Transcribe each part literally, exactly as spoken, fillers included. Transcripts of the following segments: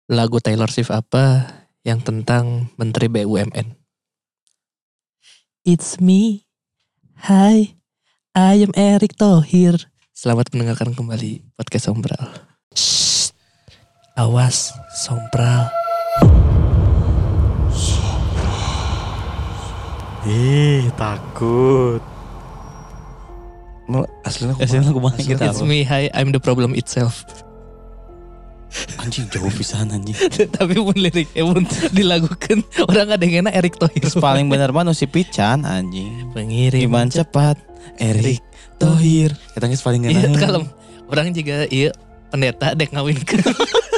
Lagu Taylor Swift apa yang tentang Menteri B U M N? It's me. Hi, I am Erick Thohir. Selamat mendengarkan kembali podcast Sombral. Shh, awas Sombral. Ih, takut. Mau aslinya aku Aslinya aku banget kita. It's me. Hi, I'm the problem itself. Anjing jauh pisan anjing. Tapi pun liriknya pun dilakukan orang ada yang enak Erick Thohir. Terus paling bener mah nu si Pican anjing. Pengirim Iman cepat Erick Thohir. Kita geus paling Iya ngena. kalau orang juga iya pendeta dek ngawinkeun.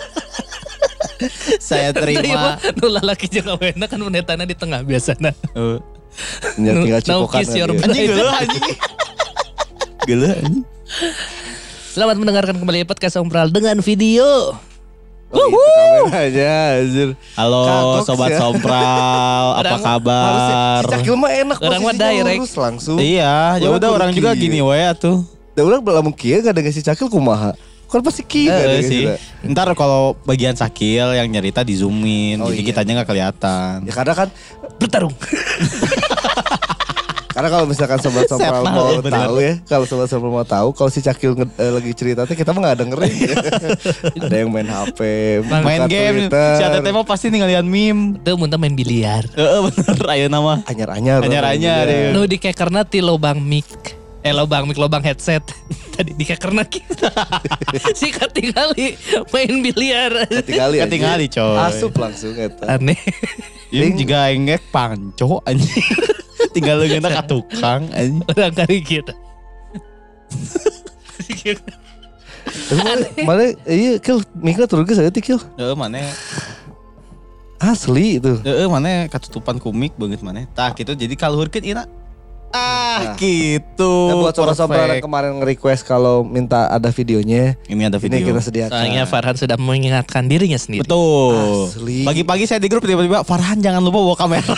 Saya terima. Nu lalaki jeung ngawena kan pendetana di tengah biasana. Uh, Ya, No- tinggal no cipokan kiss your nanti. anjing geuleuh anjing. Geuleuh anjing. Selamat mendengarkan kembali podcast Sombral dengan video. Oh, itu kameranya anjir. Halo Kagok sobat sih ya. Sombral, apa Orang- kabar? Si Cakil mah enak Orang mah posisinya direct. lurus langsung. Iya, ya Orang udah orang kudu juga kieu. gini wae atuh. Da urang lamun kieu gak ada si Cakil kumaha. Kan pasti kieu Eh, ada sih. Ntar kalau bagian sakil yang nyerita di zoomin, Oh, jadi iya. kitanya nggak kelihatan. Ya karena kan Bertarung. karena kalau misalkan sobat Sombral Siapa? mau Bener. tahu ya, kalau sobat Sombral mau tahu kalau si Cakil nge- eh, lagi cerita teh kita mah enggak dengerin. Ada yang main H P, Main buka game, Twitter. si Atete mah pasti ninggalin meme. Itu muntah main biliar. Heeh bener, ayo nama. anyar-anyar. Anyar-anyar, Iya. ya. Nu di kekerna ti lobang mic. Eh lobang mic, lobang headset. Tadi di kekerna kita. Si katingali main biliar. Ketinggali aja. Ketinggali, coy. Asup langsung eta. Aneh. Ini juga engek panco anjing. Tinggal lu ngena ka tukang anjing. Orang kari kita. Tapi mana- mana iya Kil, mikna turun ke saya Kil. Heeh mana Asli itu. heeh mana katutupan kumik banget mana. Tah gitu jadi kaluhurkeun ira. Ah, gitu. Nah, buat sobat-sobat yang Perfect. kemarin nge-request kalau minta ada videonya, Ini ada ini video. kita sediakan. Soalnya Farhan sudah mengingatkan dirinya sendiri. Betul. Asli. Pagi-pagi saya di grup tiba-tiba Farhan jangan lupa bawa kamera.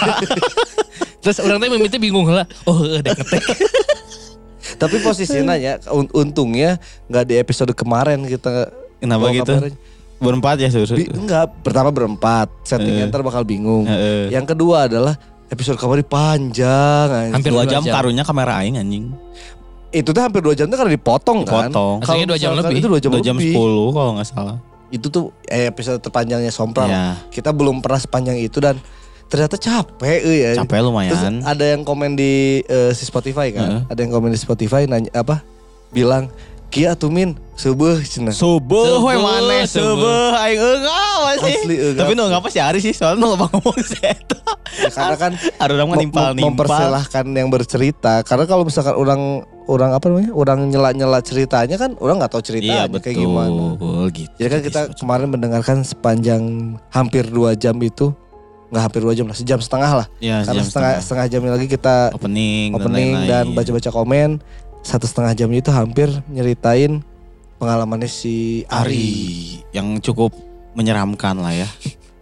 Terus orang teh mimitnya bingung lah. Oh, udah ngetek. Tapi posisinya ya, un- untungnya nggak di episode kemarin kita. Kenapa bawa gitu? kameranya. Berempat ya Sur. Bi- enggak, pertama berempat, settingnya Eh. ntar bakal bingung. Heeh. Yang kedua adalah episode kemarin panjang. anjing. Hampir Dua dua jam jam. karunya kamera aing anjing. Itu tuh hampir dua jam tuh karena dipotong kan. Dipotong. Kalau Aslinya dua jam misalkan lebih. Itu dua jam Dua jam lebih. sepuluh kalau nggak salah. Itu tuh eh, episode terpanjangnya Sompral. Iya. Kita belum pernah sepanjang itu dan ternyata capek euy, ya. Capek lumayan. Terus ada yang komen di eh, si Spotify kan. Heeh. Ada yang komen di Spotify nanya apa? Bilang, "Kia atuh min, subuh cenah." Subuh we Subuh, maneh subuh. subuh aing eungah masih. Asli eungah. Tapi nu ngapa sih Ari sih soalnya nu loba ngomong sih eta. Ya, karena kan Ada orang mah mem- nimpal mem- nimpal. mempersilahkan yang bercerita. Karena kalau misalkan orang orang apa namanya? Orang nyela-nyela ceritanya kan orang nggak tahu ceritanya Iya betul. kayak gimana. Gitu. Jadi kan kita kemarin mendengarkan sepanjang hampir dua jam itu, nggak hampir dua jam lah, sejam setengah lah. ya, Karena jam setengah setengah jam lagi kita opening, opening dan, dan lain-lain. baca-baca komen. Satu setengah jam itu hampir nyeritain pengalamannya si Ari. Ari yang cukup menyeramkan lah ya.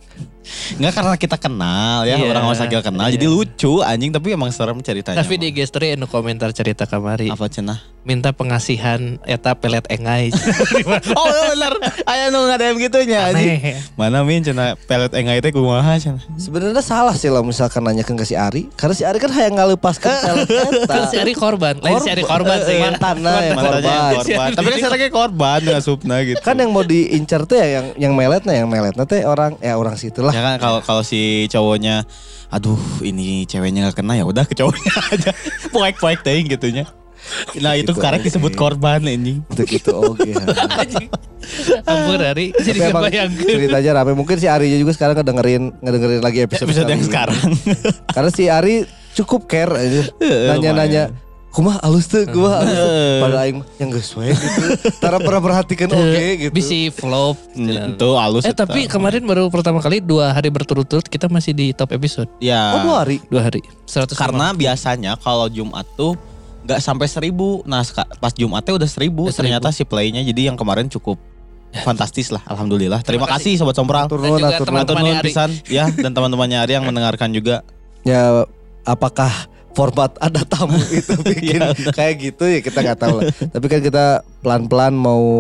Enggak karena kita kenal ya, Iya. orang Sakil kenal Iya. jadi lucu anjing tapi emang serem ceritanya. Tapi mah. di gestori anu komentar cerita kamari. apa cenah? Minta pengasihan eta pelet engai. Oh bener, aya nu ngadem gitunya anjing. Aneh. Mana min cenah pelet engai teh kumaha cenah. Sebenarnya salah sih lah misalkan nanyakan ke si Ari, karena si Ari kan hayang ngalepaskeun pelet eta. Kan si Ari korban. Lain si Ari korban sih. ya. Mantanna ya Mantannya yang korban. korban. Tapi kan sekarang korban dengan supna gitu. Kan yang mau diincar tuh ya yang yang meletnya, yang meletnya teh orang ya orang situ lah. ya kan kalau kalau si cowoknya aduh ini ceweknya gak kena ya udah ke cowoknya aja. Poek-poek teuing gitunya. Nah itu Gitu karek aja. disebut korban anjing. Untuk itu oke. Anjing. Ampun Ari. Jadi Tapi emang kebayangkeun. ceritanya rame. Mungkin si Ari juga sekarang ngedengerin ngedengerin lagi episode, Episode yang kali ini. sekarang. Karena si Ari cukup care aja. Eh, Nanya-nanya, kumaha alus tuh, kumaha alus tuh. Eh. Pada aing yang geus we gitu. Tara pernah perhatikan oke gitu. Bisi flop. Itu halus. Eh tapi kemarin baru pertama kali dua hari berturut-turut kita masih di top episode. ya Oh dua hari. Dua hari. seratus karena biasanya kalau Jumat tuh nggak sampai seribu. Nah seka- pas Jumatnya udah seribu. Udah Ternyata si playnya jadi yang kemarin cukup fantastis lah. Alhamdulillah. Terima, Terima kasih Sobat Sompral. Atur Dan nuhun, juga atur nuhun. Atur teman-temannya nuhun Ari. pisan ya dan teman-temannya Ari yang mendengarkan juga. Ya apakah format ada tamu itu bikin Iya, kayak gitu ya kita nggak tahu lah. Tapi kan kita pelan-pelan mau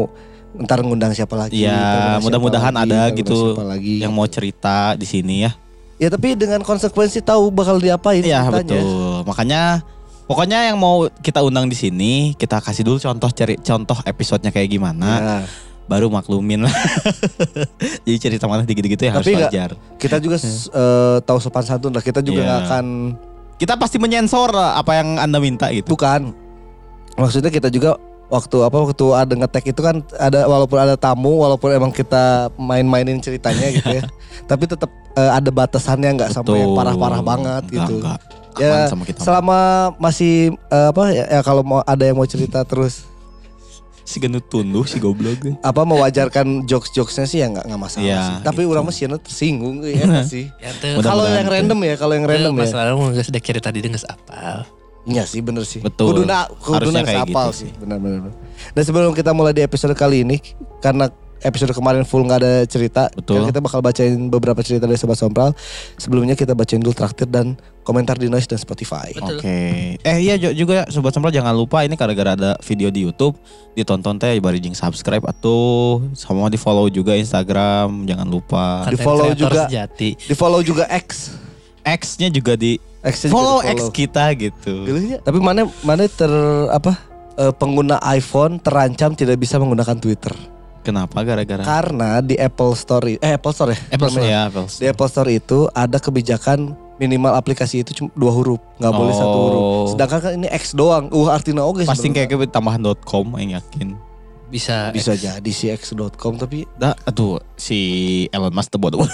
ntar ngundang siapa lagi. Iya, ntar ngundang siapa mudah-mudahan lagi, ada ntar ngundang gitu siapa lagi. yang mau cerita di sini ya. Ya tapi dengan konsekuensi tahu bakal diapain Iya ceritanya. betul. Makanya pokoknya yang mau kita undang di sini kita kasih dulu contoh cari contoh episodenya kayak gimana. Ya. Baru maklumin lah. Jadi cerita mana gitu-gitu ya harus Tapi nggak- wajar. Kita juga eh, tahu sopan santun lah. Kita juga Iya. nggak akan Kita pasti menyensor apa yang Anda minta gitu. bukan. Maksudnya kita juga waktu apa waktu ada ngetek itu kan ada walaupun ada tamu walaupun emang kita main-mainin ceritanya gitu ya. Tapi tetap eh, ada batasannya nggak sampai yang Betul. parah-parah banget Enggak, gitu. enggak. Ya, Aman sama kita. Selama masih eh, apa ya, ya kalau mau ada yang mau cerita terus Si gendut tunduh si goblok. apa mewajarkan jokes-jokesnya sih ya nggak nggak masalah Iya, sih. Tapi gitu. orang mah sieuna tersinggung ya nggak sih. Ya tuh. Mudah- Kalau Mudah-mudahan yang tuh. random ya, kalau yang random ya. Masalah mau nggak sudah kira tadi dengan apal. Iya sih bener sih. Betul. Kuduna, kuduna Harusnya kayak sapal gitu sih. sih. Benar-benar. Dan sebelum kita mulai di episode kali ini, karena episode kemarin full nggak ada cerita, Betul. kan kita bakal bacain beberapa cerita dari Sobat Sompral. Sebelumnya kita bacain dulu traktir dan komentar di Noise dan Spotify. Betul. Oke. Eh iya jo- juga Sobat Sompral jangan lupa ini gara-gara ada video di YouTube ditonton teh bari jeung subscribe atau sama di follow juga Instagram jangan lupa. Di Content follow creator juga. sejati. Di follow juga X. X-nya juga di X-nya juga follow di X kita gitu. Pilihnya. Tapi mana mana ter apa eh, pengguna iPhone terancam tidak bisa menggunakan Twitter Kenapa gara-gara karena di Apple Store eh Apple Store ya Apple namanya. ya Apple. Di Apple Store itu ada kebijakan minimal aplikasi itu cuma dua huruf, nggak boleh satu Oh. huruf. Sedangkan kan ini X doang. Uh artinya oke Pasti sebenarnya. kayak tambahan .com yang yakin. Bisa. Bisa jadi si X dot com tapi Dah aduh si Elon Musk teu bodoh.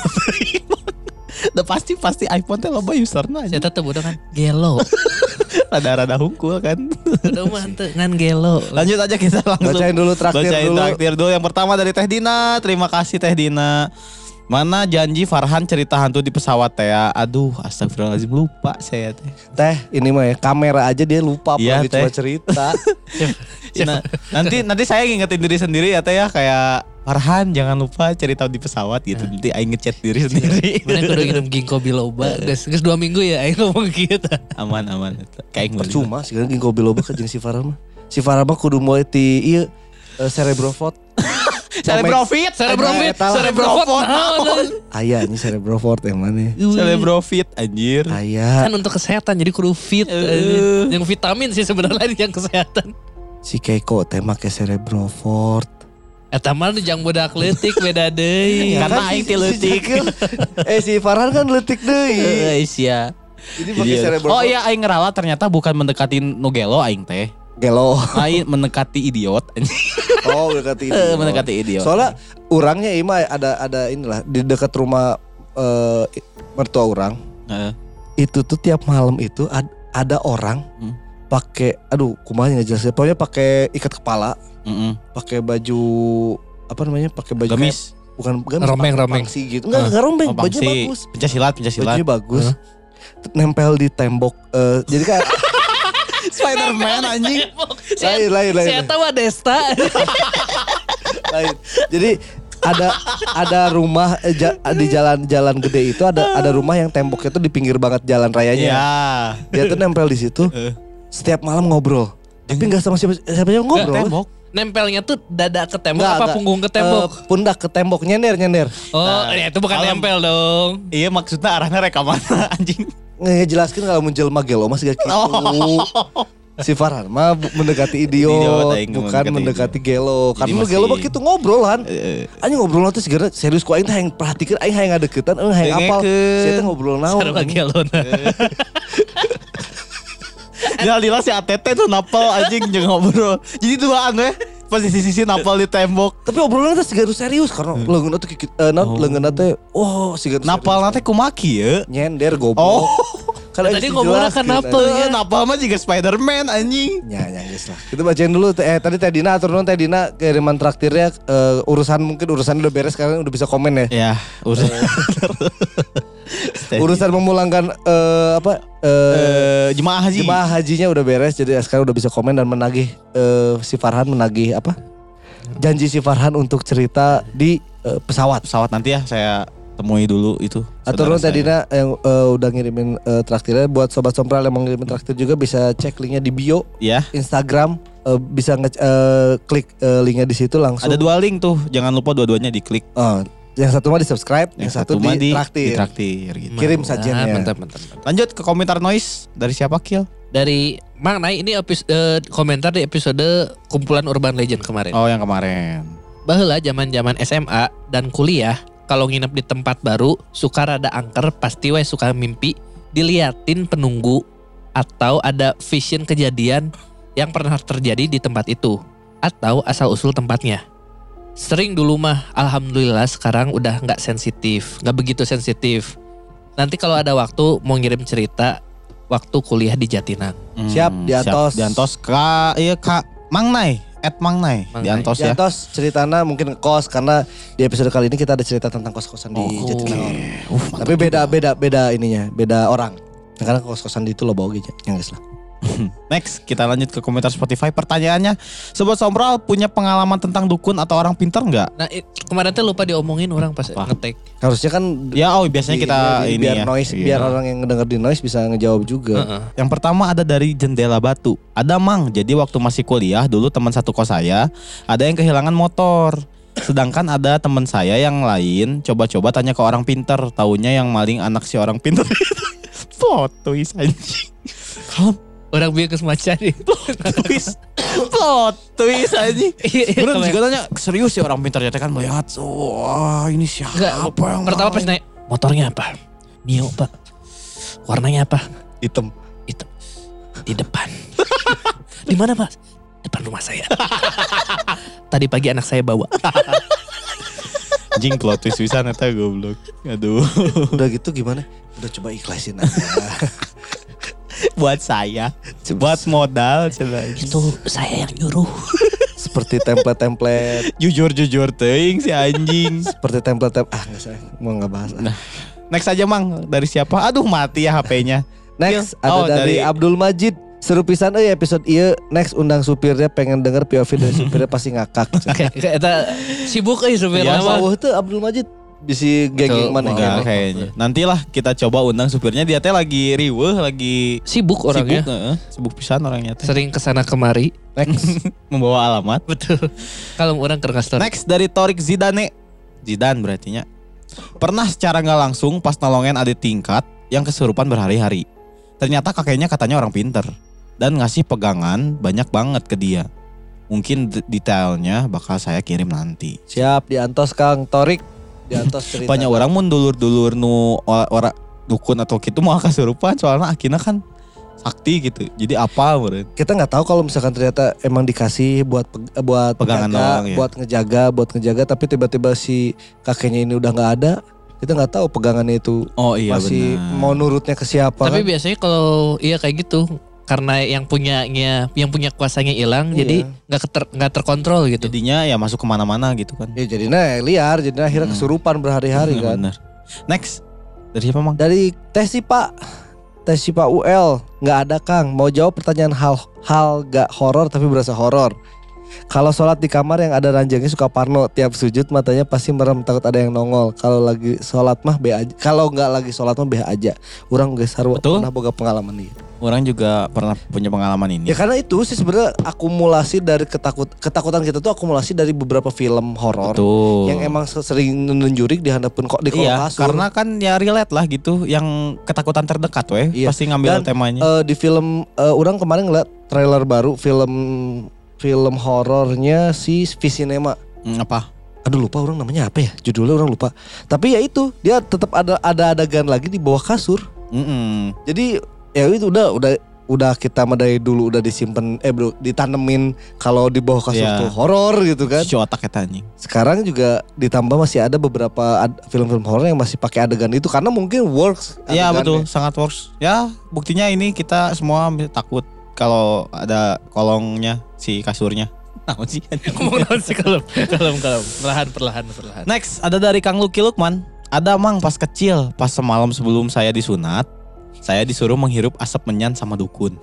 Dah pasti pasti iPhone teh loba userna aja. Saya tetap udah kan gelo. Rada-rada hungkul kan. Udah mah henteu ngan gelo. Lanjut aja kita langsung. bacain dulu traktir Bacain dulu. traktir dulu. Yang pertama dari Teh Dina. Terima kasih Teh Dina. Mana janji Farhan cerita hantu di pesawat teh ya. Aduh astagfirullahaladzim lupa saya teh. Teh ini mah ya kamera aja dia lupa Iya, apalagi Teh. cuma cerita. Nah, nanti nanti saya ngingetin diri sendiri ya teh ya. Kayak Farhan jangan lupa cerita di pesawat gitu. Nanti aing ngechat diri sendiri. Mana kudu nginum ginkgo biloba. Geus geus dua minggu ya aing ngomong gitu. Aman aman. Kayak aing Percuma sih kan ginkgo biloba ke jeung si Farah mah. Si Farah mah kudu mulai ti ieu eh, cerebrofort. Cerebrofit. Cerebrofit, Eta, cerebrofit. Aya ini cerebrofort yang mana? Cerebrofit anjir. Aya. Kan untuk kesehatan jadi kudu fit. Eh. Yang vitamin sih sebenarnya yang kesehatan. Si Keiko teh make cerebrofort. Eta mah jang budak leutik beda deui. Karena Kan aing si- ti leutik. si Jakil- Eh si Farhan kan letik deui. Eh sia. Jadi pakai cerebrofort. Oh iya aing ngeralat ternyata bukan mendekati Nugelo aing teh. Gelo. Aing mendekati idiot. Oh mendekati Eh, idiot. mendekati idiot. Soalnya orangnya Ima ada ada inilah di dekat rumah eh, mertua orang. Heeh. Itu tuh tiap malam itu ad- ada orang Hmm. pakai aduh kumanya nggak jelas. Pokoknya pakai ikat kepala, Heeh. pakai baju apa namanya? Pakai baju Gamis. kayak- bukan gamis, Rombeng, pakai rombeng. pangsi gitu. Enggak, enggak rombeng, Oh, bajunya pangsi. bagus. Pencaksilat, pencaksilat. Bajunya bagus. Nempel di tembok. eh, jadi kan Spider-Man anjing. lain lain lain. Saya tahu Desta. lain. Jadi ada ada rumah eh, ja- di jalan-jalan gede itu ada ada rumah yang temboknya tuh di pinggir banget jalan rayanya. Ya. Dia tuh nempel di situ. Eh. Setiap malam ngobrol. Tapi nggak sama siapa siapa yang ngobrol. Tembok. Nempelnya tuh dada ke tembok Nggak, apa nggak. punggung ke tembok? Eh, pundak ke tembok nyender nyender. Oh, ya itu bukan malam. nempel dong. Iya maksudnya arahnya rekaman anjing. Ngejelaskan kalau menjelma gelo masih gak gitu. Oh. Si Farhan mah bu- mendekati idiot, Idiot, aing bukan mendekati mendekati gelo. Jadi Karena lu masih- gelo mah gitu ngobrolan. Eh, Anjing ngobrol tuh segera serius ku aing teh hayang perhatikeun aing hayang ngadeukeutan, aing hayang apal. Dengekeun. Saya teh ngobrol naon. Sarua gelona. Lila si A T T tuh napal anjing jeung ngobrol. Jadi duaan we posisi sisi napal di tembok. Tapi obrolannya teh segera serius karena leungeunna teh kikit eh naon leungeunna teh oh segera Napal nanti kumaki ya. nyender goblok. Oh. Kan Tadi aing ngomongna dijelaskeun, kan napal. anjing. Eh, napal mah juga Spider-Man anjing. Ya, ya guys lah. Kita bacain dulu. Eh tadi Teh Dina atur dulu Teh Dina kiriman traktirnya eh, urusan mungkin urusan udah beres sekarang udah bisa komen ya. Ya, urusan Urusan memulangkan eh, apa eh, eh jemaah haji. jemaah hajinya udah beres jadi sekarang udah bisa komen dan menagih eh, si Farhan menagih apa? Janji si Farhan untuk cerita di eh, pesawat. Pesawat nanti ya saya temui dulu itu. Atur saudara dulu Teh saya. Dina yang eh, udah ngirimin eh, traktirnya buat sobat sompral yang mau ngirimin traktir juga bisa cek linknya di bio Ya, Instagram uh, bisa nge uh, klik uh, linknya di situ langsung. Ada dua link tuh, jangan lupa dua-duanya diklik. Oh, yang satu mah di subscribe, yang, yang satu, satu di traktir. Traktir gitu. Kirim sajiannya. Nah, mantap, mantap, mantap. Lanjut ke komentar noise dari siapa Kil? Dari Mang Nai ini episode, uh, komentar di episode kumpulan Urban Legend kemarin. Oh yang kemarin. Baheula zaman-zaman S M A dan kuliah, kalau nginep di tempat baru suka rada angker, pasti we suka mimpi diliatin penunggu atau ada vision kejadian yang pernah terjadi di tempat itu atau asal usul tempatnya. Sering dulu mah, alhamdulillah sekarang udah nggak sensitif, nggak begitu sensitif. Nanti kalau ada waktu mau ngirim cerita waktu kuliah di Jatinang. Hmm, siap diantos. Siap, diantos kak, iya kak Mang Nai, at Mang Nai, Mang diantos Nai. ya. Diantos ceritana mungkin kos karena di episode kali ini kita ada cerita tentang kos-kosan di Oh, Jatinangor. okay. Uh, Tapi beda beda beda ininya, beda orang. Nah, karena kos-kosan di itu lo bawa gitu, yang guys lah. Next, kita lanjut ke komentar Spotify. Pertanyaannya, Sobat Sombral punya pengalaman tentang dukun atau orang pintar nggak? Nah it, kemarin tuh lupa diomongin orang pas Apa? ngetek. Harusnya kan Ya, oh biasanya di- kita di- ini biar ya. noise, Iya. biar orang yang ngedenger di noise bisa ngejawab juga. Heeh. Yang pertama ada dari Jendela Batu. Ada Mang, jadi waktu masih kuliah dulu teman satu kos saya ada yang kehilangan motor. Sedangkan ada teman saya yang lain coba-coba tanya ke orang pintar, taunya yang maling anak si orang pintar. Foto is anjing. Kalau Orang biar ke semacam nih. twist, plot twist anjing. Iya, Bener iya, juga tanya serius ya orang pintar ya kan melihat, wah ini siapa Enggak, yang pertama pas maling? naik motornya apa? Mio pak. Warnanya apa? Hitam. Itu di depan. Di mana pak? Depan rumah saya. Tadi pagi anak saya bawa. Anjing plot twist bisa neta goblok. Aduh. Udah gitu gimana? Udah coba ikhlasin aja. Buat saya, buat modal coba. Itu saya yang nyuruh. Seperti template-template, Jujur-jujur teuing si anjing. seperti template-template. Ah nggak saya mau nggak bahas. ah. Next aja Mang, dari siapa? Aduh mati ya H P-nya. Next Oh, ada dari, dari- Abdul Majid. Seru pisan euy episode ieu. Next undang supirnya pengen denger P O V dari supirnya pasti ngakak. Kita sibuk euy supir Iya, lama. Wah tuh Abdul Majid bisi geng-geng Betul, mana Bang. Enggak gitu. kayaknya. Nantilah kita coba undang supirnya, dia teh lagi riweuh, lagi Sibuk orangnya. sibuk, heeh. Sibuk pisan orangnya teh. Sering kesana kemari. Next. Membawa alamat. Betul. Kalau orang ke story. Next dari Torik Zidane. Zidane berarti nya. Pernah secara nggak langsung pas nolongin adik tingkat yang kesurupan berhari-hari. Ternyata kakeknya katanya orang pinter dan ngasih pegangan banyak banget ke dia. Mungkin de- detailnya bakal saya kirim nanti. Siap diantos Kang Torik. Diantos cerita. Banyak orang mun dulur-dulur nu ora ora- dukun atau gitu mau kesurupan soalnya akhirnya kan sakti gitu. Jadi apa meureun? Kita nggak tahu kalau misalkan ternyata emang dikasih buat pe- buat Pegangan penjaga, doang, ya. buat ngejaga, buat ngejaga, tapi tiba-tiba si kakeknya ini udah nggak ada. Kita nggak tahu pegangannya itu Oh iya masih benar. mau nurutnya ke siapa. Tapi kan? biasanya kalau iya kayak gitu karena yang punyanya yang punya kuasanya hilang Iya. jadi nggak keter, nggak terkontrol gitu. Jadinya ya masuk kemana-mana gitu kan. Ya jadinya liar, jadinya akhirnya Hmm. kesurupan berhari-hari Iya, kan. benar. Next. Dari siapa Mang? Dari Tesi Pak, Tesi Pak U L, nggak ada Kang. Mau jawab pertanyaan hal hal gak horor tapi berasa horor. Kalau sholat di kamar yang ada ranjangnya suka parno, tiap sujud matanya pasti merem takut ada yang nongol. Kalau lagi sholat mah be aja. Kalau nggak lagi sholat mah be aja. Orang geus sarua Betul. pernah boga pengalaman nih. Orang juga pernah punya pengalaman ini. Ya karena itu sih sebenarnya akumulasi dari ketakut ketakutan kita tuh akumulasi dari beberapa film horor Betul. yang emang sering nunjurik di handapun kok di kolong Iya, kasur. karena kan ya relate lah gitu, yang ketakutan terdekat weh, Iya. pasti ngambil Dan, temanya. Eh, di film eh, orang kemarin ngeliat trailer baru film film horornya si Visinema. Hmm, apa? Aduh lupa orang namanya apa ya? Judulnya orang lupa. Tapi ya itu, dia tetap ada ada adegan lagi di bawah kasur. Mm-mm. Jadi ya itu udah udah udah kita mah dari dulu udah disimpan eh bro ditanemin kalau di bawah kasur Iya. tuh horor gitu kan. Si otak eta anjing. Sekarang juga ditambah masih ada beberapa ad- film-film horor yang masih pakai adegan itu karena mungkin works. Iya adegannya. betul, sangat works. Ya, buktinya ini kita semua takut kalau ada kolongnya si kasurnya. Naon sih? Ngomong naon sih kalem, kalem, kalem. Perlahan, perlahan, perlahan. Next, ada dari Kang Lucky Lukman. Ada Mang pas kecil, pas semalam sebelum saya disunat, saya disuruh menghirup asap menyan sama dukun.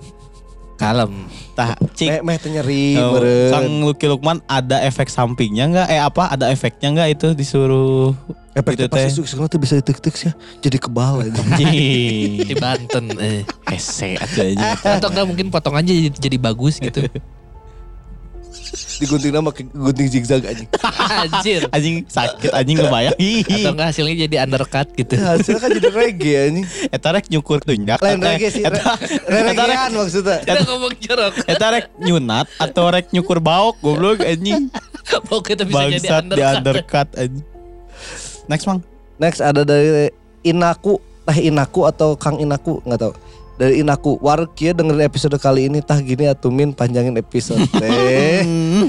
Kalem. Tah, cik. Meh meh teh nyeri Oh, meureun. Sang Lucky Lukman ada efek sampingnya nggak? Eh apa? Ada efeknya nggak itu disuruh? Efeknya Gitu pasti teh. suka tuh bisa ditik-tik ya. Jadi kebal aja. Di Anjing. Banten. Eh. Ese aja aja. Atau enggak mungkin potong aja jadi, jadi bagus gitu. digunting nama ke gunting zigzag anjing. Anjir. Anjing sakit anjing kebayang. Atau enggak hasilnya jadi undercut gitu. Hasilnya kan jadi reggae anjing. Eta rek nyukur tunjak. Lain reggae sih. Eta Reggaean maksudnya. Kita ngomong jorok. Eta rek nyunat atau rek nyukur baok goblok anjing. Baok itu bisa jadi Bangsat di undercut. undercut anjing. Next Mang. Next ada dari Inaku, teh Inaku atau Kang Inaku enggak tahu. Dari Inaku, wareg kieu dengerin episode kali ini tah gini atuh Min panjangin episode teh.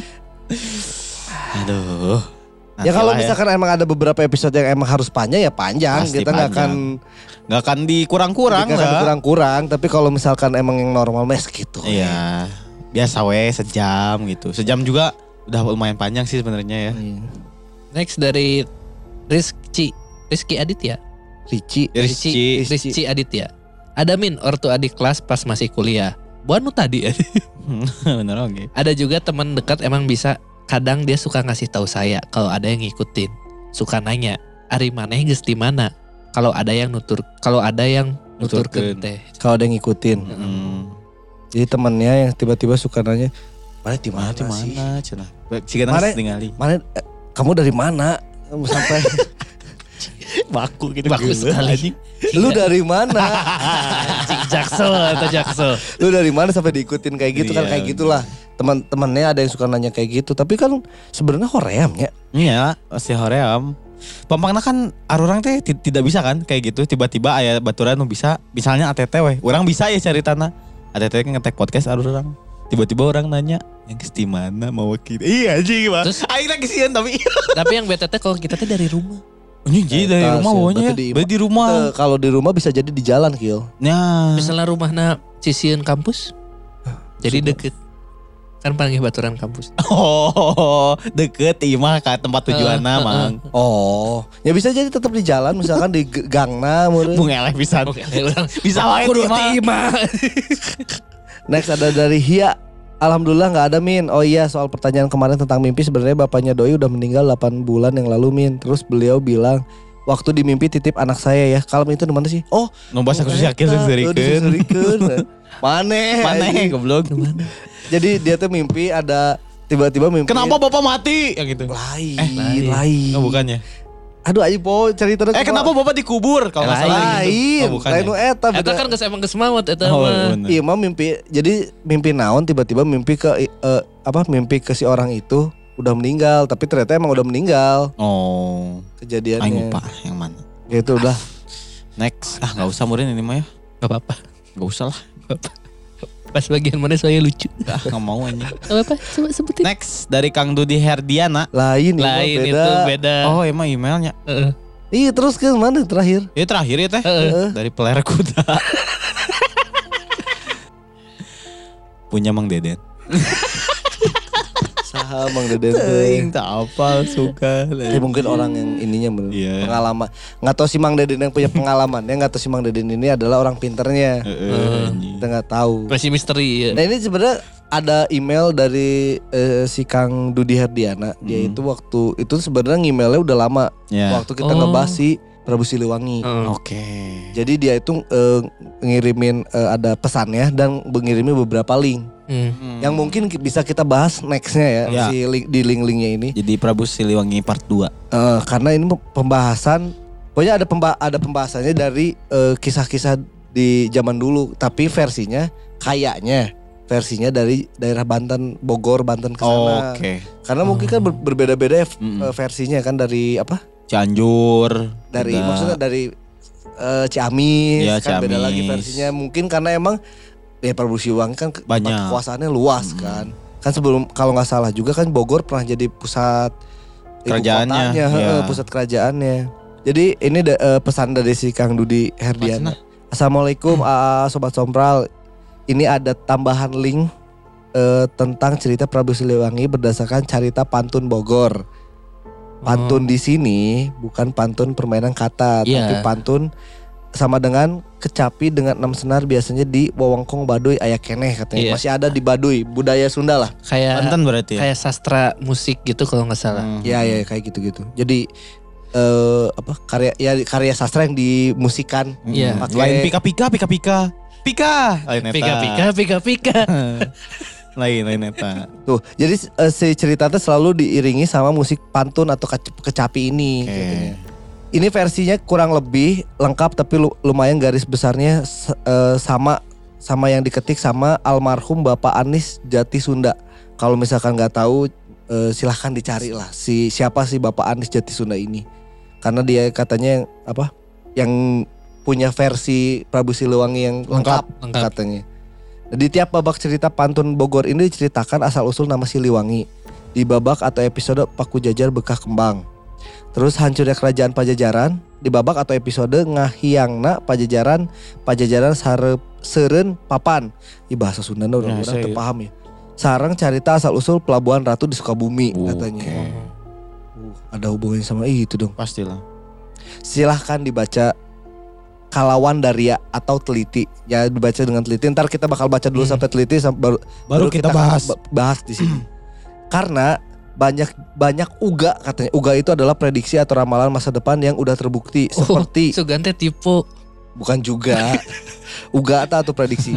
Aduh. Ya kalau Nantilah misalkan emang ada beberapa episode yang emang harus panjang ya panjang, Pasti kita nggak akan nggak akan dikurang-kurang nggak akan lah. kurang-kurang. Tapi kalau misalkan emang yang normal mes gitu. Iya. Biasa we sejam gitu. Sejam juga udah lumayan panjang sih sebenarnya ya. Iya. Next dari Rizky Rizky Aditya. Ricci, Rizky. Rizky Aditya. Ada Min ortu adik kelas pas masih kuliah. Buanu tadi. Bener oke. Ada juga teman dekat emang bisa kadang dia suka ngasih tahu saya kalau ada yang ngikutin. Suka nanya, "Ari maneh geus di mana?" Kalau ada yang nutur, kalau ada yang nuturkeun Nuturkeun. teh. kalau ada yang ngikutin. Hmm. Jadi temannya yang tiba-tiba suka nanya, "Mana di mana Mana di sih? mana cenah? Jika Mana- nangis ningali. Mana eh, kamu dari mana?" Sampai Baku gitu. Baku sekali. lu dari mana? Cik Jaksel atau Jaksel. Lu dari mana sampai diikutin kayak gitu kan Iya. kayak gitulah. Teman-temannya ada yang suka nanya kayak gitu, tapi kan sebenarnya hoream ya. Iya, si hoream. Pampangna kan arurang teh ti- tidak bisa kan kayak gitu tiba-tiba aya baturan nu bisa misalnya A T T weh. Urang bisa ya caritana. A T T kan ngetek podcast arurang. Tiba-tiba orang nanya, "Yang geus di mana mau kita?" Iya anjing mah. Terus- Aing lagi sieun tapi Tapi yang B T T kalau kita tuh dari rumah. anjing jadi dari Eta rumah sih, bawanya. berarti di- Berarti di rumah. Eh, kalau di rumah bisa jadi di jalan Kil. Nah. Misalnya rumahna Cisieun kampus. Jadi Sudah. deket. Kan panggil baturan kampus. Oh, deket imah ke tempat tujuanna Eh, eh, mang. Oh, ya bisa jadi tetap di jalan misalkan di g- gangna meureun. Bung eleh pisan. Oke, orang Bisa wae kudu imah. imah. Next ada dari Hia. Alhamdulillah nggak ada Min. Oh iya soal pertanyaan kemarin tentang mimpi sebenarnya bapaknya Doi udah meninggal delapan bulan yang lalu Min. Terus beliau bilang waktu di mimpi titip anak saya ya. Kalem itu di mana sih? Oh, Nombas aku sih yakin eta. sendiri Oh, disusurikeun. Maneh. Mana anjing. goblok. Jadi dia tuh mimpi ada tiba-tiba mimpi. Kenapa bapak mati? Yang gitu. Lain, Eh, lain. lain. Oh bukannya. Aduh ayo po cerita Eh kenapa bapak dikubur? Kalau nggak salah lain? gitu. Oh bukan Lain nu ya? eta Eta beda. kan geus emang geus maot eta Oh, mah. bener. Iya mah mimpi. Jadi mimpi naon tiba-tiba mimpi ke eh, apa mimpi ke si orang itu udah meninggal tapi ternyata emang udah meninggal Oh. Aing kejadiannya. lupa yang mana. Gitu udah. Next. Ah nggak usah murin ini mah ya. Gak apa-apa. Nggak usah lah. Pas bagian mana saya lucu. Ah nggak mau anjing. Gak apa-apa, coba sebutin. Next dari Kang Dudi Herdiana. Lain, ini mah Lain beda. itu beda. Oh emang emailnya. Heeh. Iya terus ke mana terakhir? Ya terakhir ya teh. Heeh. Dari peler kuda. Punya Mang Deden. Saha Mang Deden Teuing teh. tak apa suka. Eh, mungkin orang yang ininya bener. Iya. Pengalaman. Nggak tahu si Mang Deden yang punya pengalaman. Ya nggak tahu si Mang Deden ini adalah orang pinternya. Heeh, anjing. Kita nggak tahu. Masih misteri ya. Nah ini sebenarnya ada email dari eh, si Kang Dudi Herdiana. Dia Hmm. itu waktu itu sebenarnya emailnya udah lama. Ya. Waktu kita Oh. ngebahas si Prabu Siliwangi. Heeh. Oke. Jadi dia itu eh, ngirimin eh, ada pesannya dan mengirimin beberapa link Hmm. yang mungkin ki- bisa kita bahas nextnya ya, Ya. si link, di link-linknya ini. Jadi Prabu Siliwangi part dua. Eh, karena ini pembahasan, pokoknya ada pemba ada pembahasannya dari eh, kisah-kisah di zaman dulu, tapi versinya kayaknya versinya dari daerah Banten, Bogor, Banten ke sana. Oke. Karena mungkin kan ber- berbeda-beda ya, Mm-mm. eh, versinya kan dari apa? Cianjur. Dari Udah. maksudnya dari eh, Ciamis, Iya, kan beda lagi Ciamis. versinya. Mungkin karena emang ya Prabu Siliwangi kan ke- Banyak. kekuasaannya luas Mm. kan. Kan sebelum kalau nggak salah juga kan Bogor pernah jadi pusat ibu Kerajaannya, kotanya, heeh, iya. pusat kerajaannya. Jadi ini da- eh, pesan dari si Kang Dudi Herdiana. Assalamualaikum ah, Sobat Sompral. Ini ada tambahan link eh, tentang cerita Prabu Siliwangi berdasarkan carita pantun Bogor. Pantun di sini bukan pantun permainan kata, Iya. tapi pantun sama dengan kecapi dengan enam senar biasanya di wewengkong Baduy aya keneh katanya. Iya. Masih ada di Baduy, budaya Sunda lah. Kayak Banten berarti ya. kayak sastra musik gitu kalau nggak salah. Hmm. Ya ya kayak gitu-gitu. Jadi eh apa karya ya karya sastra yang dimusikan. Iya. Pakai- Lain pika pika pika pika. Pika. Lain eta. Pika pika pika pika. Lain lain eta. Tuh, jadi eh, si cerita teh selalu diiringi sama musik pantun atau kec- kecapi ini. Oke. Katanya. Ini versinya kurang lebih lengkap tapi lu- lumayan garis besarnya s- eh, sama sama yang diketik sama almarhum Bapak Anis Jati Sunda. Kalau misalkan nggak tahu eh, silahkan dicari lah si siapa sih Bapak Anis Jati Sunda ini. Karena dia katanya yang apa? Yang punya versi Prabu Siliwangi yang lengkap, Lengkap. katanya. Di tiap babak cerita pantun Bogor ini diceritakan asal-usul nama Siliwangi. Di babak atau episode Paku Jajar Bekah Kembang. Terus hancurnya kerajaan Pajajaran. Di babak atau episode Ngahiangna Pajajaran, Pajajaran sarep seureun papan. Di bahasa Sunda udah Ya, orang saya- terpaham ya. Sarang carita asal-usul Pelabuhan Ratu di Sukabumi Oke. katanya. Uh, ada hubungannya sama itu dong. Pastilah. Silahkan dibaca Kalawan Daria atau teliti. Ya dibaca dengan teliti. Ntar kita bakal baca dulu Hmm. sampai teliti sam- baru Baru kita bahas. ba- bahas di sini. Karena banyak banyak uga katanya. Uga itu adalah prediksi atau ramalan masa depan yang udah terbukti Oh, seperti Sugante tipe. bukan juga uga atau prediksi.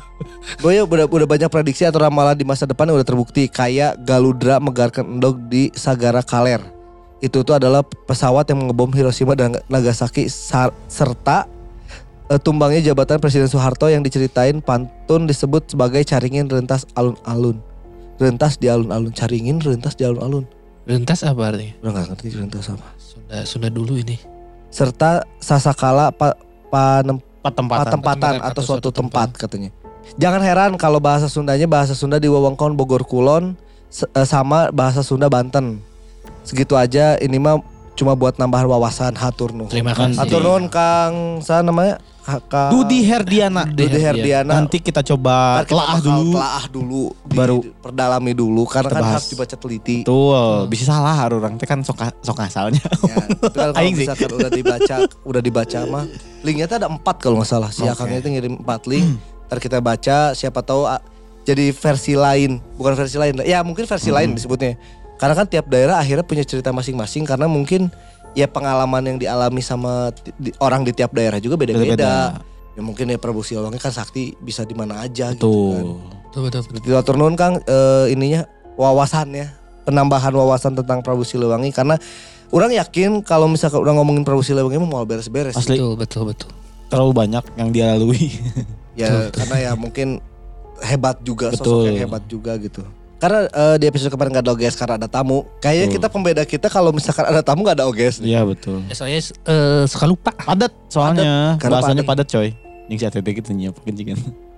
Gue ya udah udah banyak prediksi atau ramalan di masa depan yang udah terbukti kayak Galudra megarkan endog di Sagara Kaler. Itu tuh adalah pesawat yang mengebom Hiroshima dan Nagasaki sar- serta eh, tumbangnya jabatan Presiden Soeharto yang diceritain pantun disebut sebagai caringin rentas alun-alun. Rentas di alun-alun, caringin rentas di alun-alun. Rentas apa artinya? Udah gak ngerti rentas apa. Sunda Sunda dulu ini. Serta sasakala pa, panem, Patempatan. patempatan Tempat atau atau suatu suatu tempat katanya. Jangan heran kalau bahasa Sundanya bahasa Sunda di wewengkon Bogor Kulon se- eh, sama bahasa Sunda Banten. Segitu aja ini mah cuma buat nambahan wawasan hatur nuhun. Terima kasih. Hatur nuhun Kang sa namanya Ha- Kang Dudi Herdiana. Dudi Herdiana. Nanti kita coba Ntar kita telah bakal dulu. telaah dulu di- Baru perdalami dulu karena kita kan bahas. harus dibaca teliti. Betul, bisa salah orang teh kan sok sok asalnya. Ya, itu kan kalau Aing sih. misalkan udah dibaca, udah dibaca mah linknya tuh ada empat kalau nggak salah. Si Oke. Akangnya itu ngirim empat link. Ntar kita baca, siapa tahu ah, jadi versi lain, bukan versi lain. Ya mungkin versi lain disebutnya. Karena kan tiap daerah akhirnya punya cerita masing-masing. Karena mungkin ya pengalaman yang dialami sama ti- di- orang di tiap daerah juga beda-beda. Ya mungkin ya Prabu Siliwangi kan sakti bisa di mana aja gitu kan. Tuh. Betul betul. betul. Di atur nuhun Kang eh, ininya wawasannya, penambahan wawasan tentang Prabu Siliwangi karena orang yakin kalau misalkan udah ngomongin Prabu Siliwangi mah mau beres-beres. Asli. Betul betul betul. Terlalu banyak yang dia lalui. Ya karena ya mungkin hebat juga sosok Betul. yang hebat juga gitu. Karena eh, di episode kemarin gak ada O G S karena ada tamu. Kayaknya Betul. kita pembeda kita kalau misalkan ada tamu gak ada O G S. Iya betul. Ya, soalnya eh, suka lupa. Padat soalnya. Karena Bahasanya padat. padat coy. Yang si A T T gitu nyiap kencikan.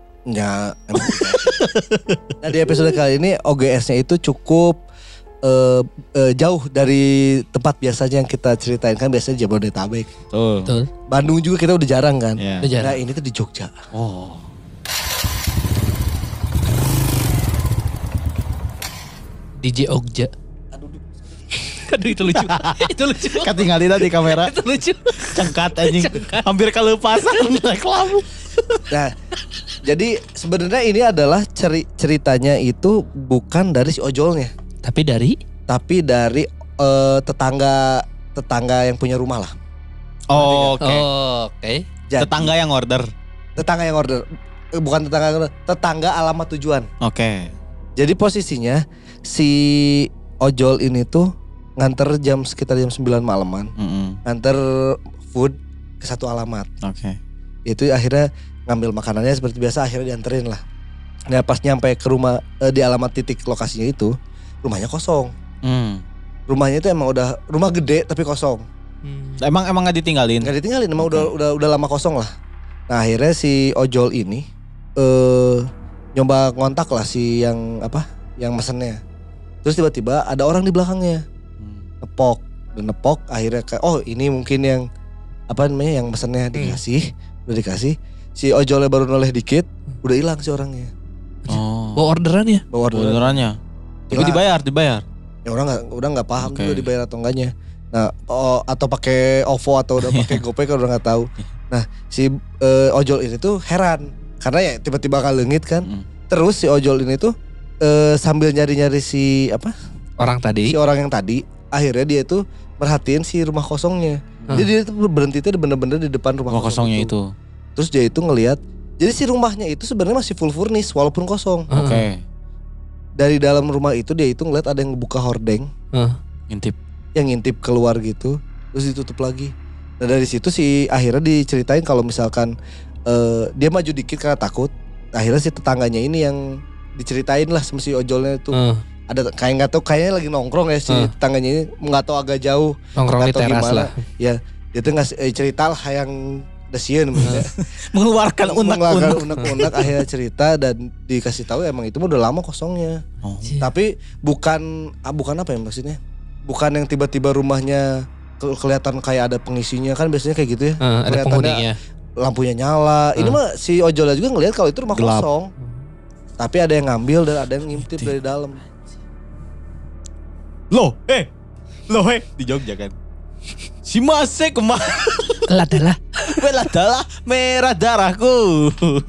Ya emang gitu. Nah di episode kali ini O G S-nya itu cukup eh, eh, jauh dari tempat biasanya yang kita ceritain kan biasanya Jabodetabek. Tuh. Betul. Bandung juga kita udah jarang kan. Iya. Udah jarang. Nah ini tuh di Jogja. Oh. D J Ogja. Aduh itu lucu. Itu lucu. Ketinggalan di kamera. Itu lucu. Cengkat anjing. Hampir kelepasan reklamu. Nah, jadi sebenarnya ini adalah ceri- ceritanya itu bukan dari si ojolnya, Tapi dari tapi dari eh, tetangga tetangga yang punya rumah lah. Oh, oke. Oh, oke. Jadi, Tetangga yang order. tetangga yang order, Eh, bukan tetangga yang order, tetangga alamat tujuan. Oke. Jadi posisinya si ojol ini tuh nganter jam sekitar jam sembilan malaman, Mm-mm. nganter food ke satu alamat. Oke. Itu akhirnya ngambil makanannya seperti biasa akhirnya dianterin lah. Nah pas nyampe ke rumah eh, di alamat titik lokasinya itu rumahnya kosong. Hmm. Rumahnya itu emang udah rumah gede tapi kosong. Hmm. Emang emang nggak ditinggalin? Nggak ditinggalin emang Oke. udah udah udah lama kosong lah. Nah akhirnya si ojol ini eh nyoba ngontak lah si yang apa yang mesennya. Terus tiba-tiba ada orang di belakangnya Hmm. nepok dan nepok akhirnya kayak oh ini mungkin yang apa namanya yang mesennya dikasih udah dikasih si ojolnya baru noleh dikit udah hilang si orangnya. Oh. Bawa orderan ya? Bawa orderan. Orderannya. Tapi Hilang. dibayar, dibayar. Ya orang nggak udah nggak paham Oke. juga dibayar atau enggaknya. Nah oh, atau pakai OVO atau udah pakai GoPay kan udah nggak tahu. Nah si eh, ojol ini tuh heran karena ya tiba-tiba kalengit kan. Mm. Terus si ojol ini tuh eh, sambil nyari-nyari si apa Orang tadi. si orang yang tadi akhirnya dia tuh merhatiin si rumah kosongnya. Hmm. Jadi dia tuh berhenti tuh bener-bener di depan rumah, Rumah kosong kosongnya itu. itu. Terus dia itu ngelihat jadi si rumahnya itu sebenarnya masih full furnish walaupun kosong. Heeh. Oke. dari dalam rumah itu dia itu ngeliat ada yang buka hordeng, Heeh. Ngintip. yang ngintip keluar gitu, terus ditutup lagi. Nah dari situ si akhirnya diceritain kalau misalkan eh, dia maju dikit karena takut. Akhirnya si tetangganya ini yang diceritain lah sama si ojolnya itu. Heeh. Ada kayak nggak tahu kayaknya lagi nongkrong ya si Hmm. tetangganya ini, nggak tahu agak jauh. Nongkrong di nggak tahu teras gimana. lah. Ya dia tuh ngasih eh, cerita lah yang desieun maksudnya. Mengeluarkan Mengeluarkan unek-unek. unek-unek akhirnya cerita dan dikasih tahu emang itu mah udah lama kosongnya. Oh. Tapi bukan ah, bukan apa ya maksudnya? Bukan yang tiba-tiba rumahnya ke- kelihatan kayak ada pengisinya kan biasanya kayak gitu ya. Heeh, ada Kelihatannya penghuninya. lampunya nyala. Ini Hmm. mah si ojolnya juga ngelihat kalau itu rumah Gelap. kosong. Tapi ada yang ngambil dan ada yang ngintip dari dalam. Loh, eh. Loh, eh di Jogja kan. Si Mase kemana? Lah adalah Bela adalah merah darahku.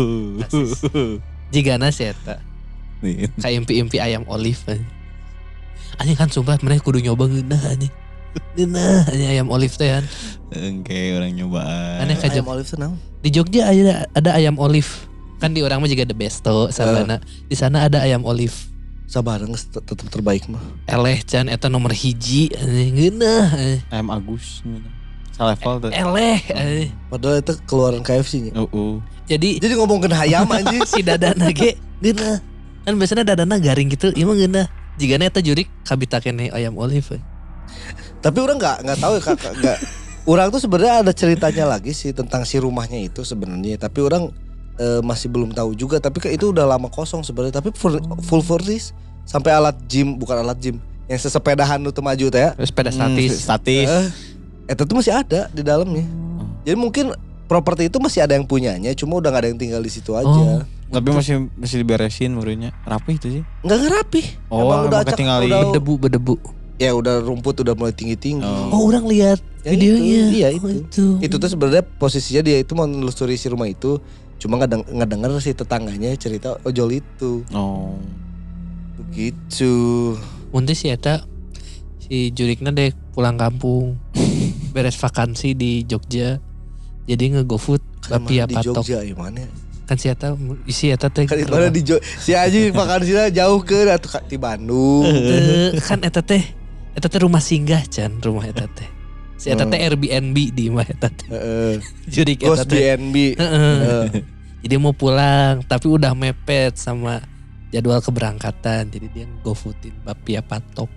jigana sih eta. Nih. Kayak impi-impi ayam olive. Anjing kan sumpah mereka kudu nyoba ngeunah anjing. Ngeunah anjing ayam olive teh kan. Oke, orang nyobaan. Aneh ka Ayam Jog- olive senang. Di Jogja ada ada ayam olive. Kan di orang mah juga ada besto sabana. Di sana ada ayam olive. Sabar geus tet- tetap terbaik mah. Eleh can eta nomor hiji anjing ngeunah. anjing. Ayam Agus. Salevel tuh. Eleh anjing. Padahal itu keluaran K F C-nya. Oh, oh. Jadi Jadi ngomongin hayam anjing. si dadana ge geunah. Kan biasanya dadana garing gitu, ieu mah geunah. Jigana eta jurik kabita keneh ayam olive. Tapi orang nggak nggak tahu ya kakak nggak. Orang tuh sebenarnya ada ceritanya lagi sih tentang si rumahnya itu sebenarnya. Tapi orang eh, masih belum tahu juga. Tapi kayak itu udah lama kosong sebenarnya. Tapi full, full furnish sampai alat gym bukan alat gym yang sesepedahan itu maju teh ya. Terus sepeda Hmm, statis. statis. Eh, itu tuh masih ada di dalamnya. Jadi mungkin properti itu masih ada yang punyanya, cuma udah gak ada yang tinggal di situ aja. Oh. Tapi masih masih diberesin muridnya. Rapi itu sih. Nggak ngerapi. Oh, emang acak- ketinggalan. udah, Berdebu, berdebu. ya udah rumput udah mulai tinggi-tinggi. Oh. Oh, orang lihat Ya videonya. itu, iya, Oh, itu. itu. Itu tuh sebenarnya posisinya dia itu mau nelusuri si rumah itu, cuma nggak deng- nggak denger si tetangganya cerita ojol itu. Oh. Begitu. Muntah sih eta si jurikna dek pulang kampung. Beres vakansi di Jogja. Jadi nge-GoFood Kan bapia mana di patok. Jogja ya mana? Kan si eta isi eta teh. Kan mana di Jogja? Si Aji vakansinya jauh ke atau ka- di Bandung. Teu, kan eta teh eta teh rumah singgah can, rumah eta teh. Si eta teh Airbnb di imah eta teh. Heeh. Jurik eta Ghost B teh. N B. Heeh. Heeh. Jadi mau pulang tapi udah mepet sama jadwal keberangkatan. Jadi dia GoFoodin bapia patok.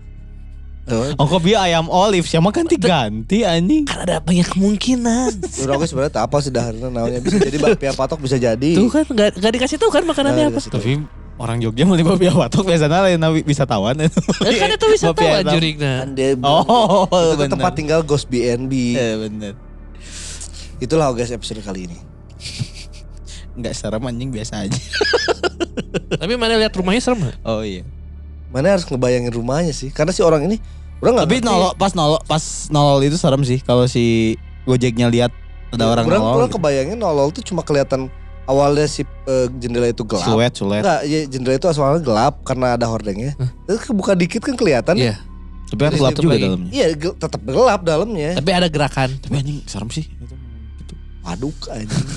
Oh, kok biar ayam olive siapa ganti ganti anjing. Kan ada banyak kemungkinan. Menurut aku sebenarnya tak apa sih daharnya namanya bisa jadi bapia patok bisa jadi. Tuh kan gak, gak dikasih tahu kan makanannya Nggak apa. dikasih tahu. Tapi orang Jogja mau tiba biar patok biasanya lain bisa tawan. Eh, kan itu bisa tahu Bapia tam- jurikna. Kan dia Oh, itu tuh bener. tempat tinggal Ghost B N B. Eh bener. Itulah guys episode kali ini. Enggak serem anjing biasa aja. Tapi mana lihat rumahnya serem gak? Oh iya. Mana harus ngebayangin rumahnya sih? Karena si orang ini orang nggak Tapi ngerti. nolol pas nolol pas nolol itu serem sih kalau si Gojeknya lihat ada orang orang, nolol. orang kebayangin nolol tuh cuma kelihatan awalnya si eh, jendela itu gelap. Siluet, siluet. Enggak, ya jendela itu awalnya gelap karena ada hordengnya. Terus kebuka dikit kan kelihatan. Iya. Tapi kan Terus gelap ditutup juga lagi. dalamnya. Iya, gel- tetap gelap dalamnya. Tapi ada gerakan. Tapi anjing serem sih. Itu. Gitu. Aduk anjing.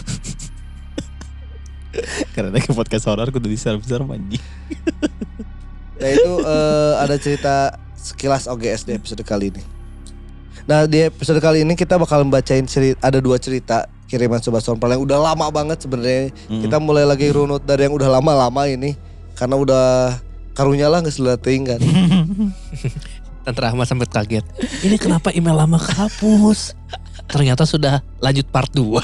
Karena ke podcast horor kudu diserem-serem anjing. Nah itu eh, ada cerita sekilas O G S di episode kali ini. Nah di episode kali ini kita bakal membacain cerita, ada dua cerita kiriman Sobat Sonpal yang udah lama banget sebenarnya. Mm. Kita mulai lagi runut dari yang udah lama-lama ini karena udah karunya lah nggak selating kan. Tante Rahma sampai kaget. Ini kenapa email lama kehapus? Ternyata sudah lanjut part dua.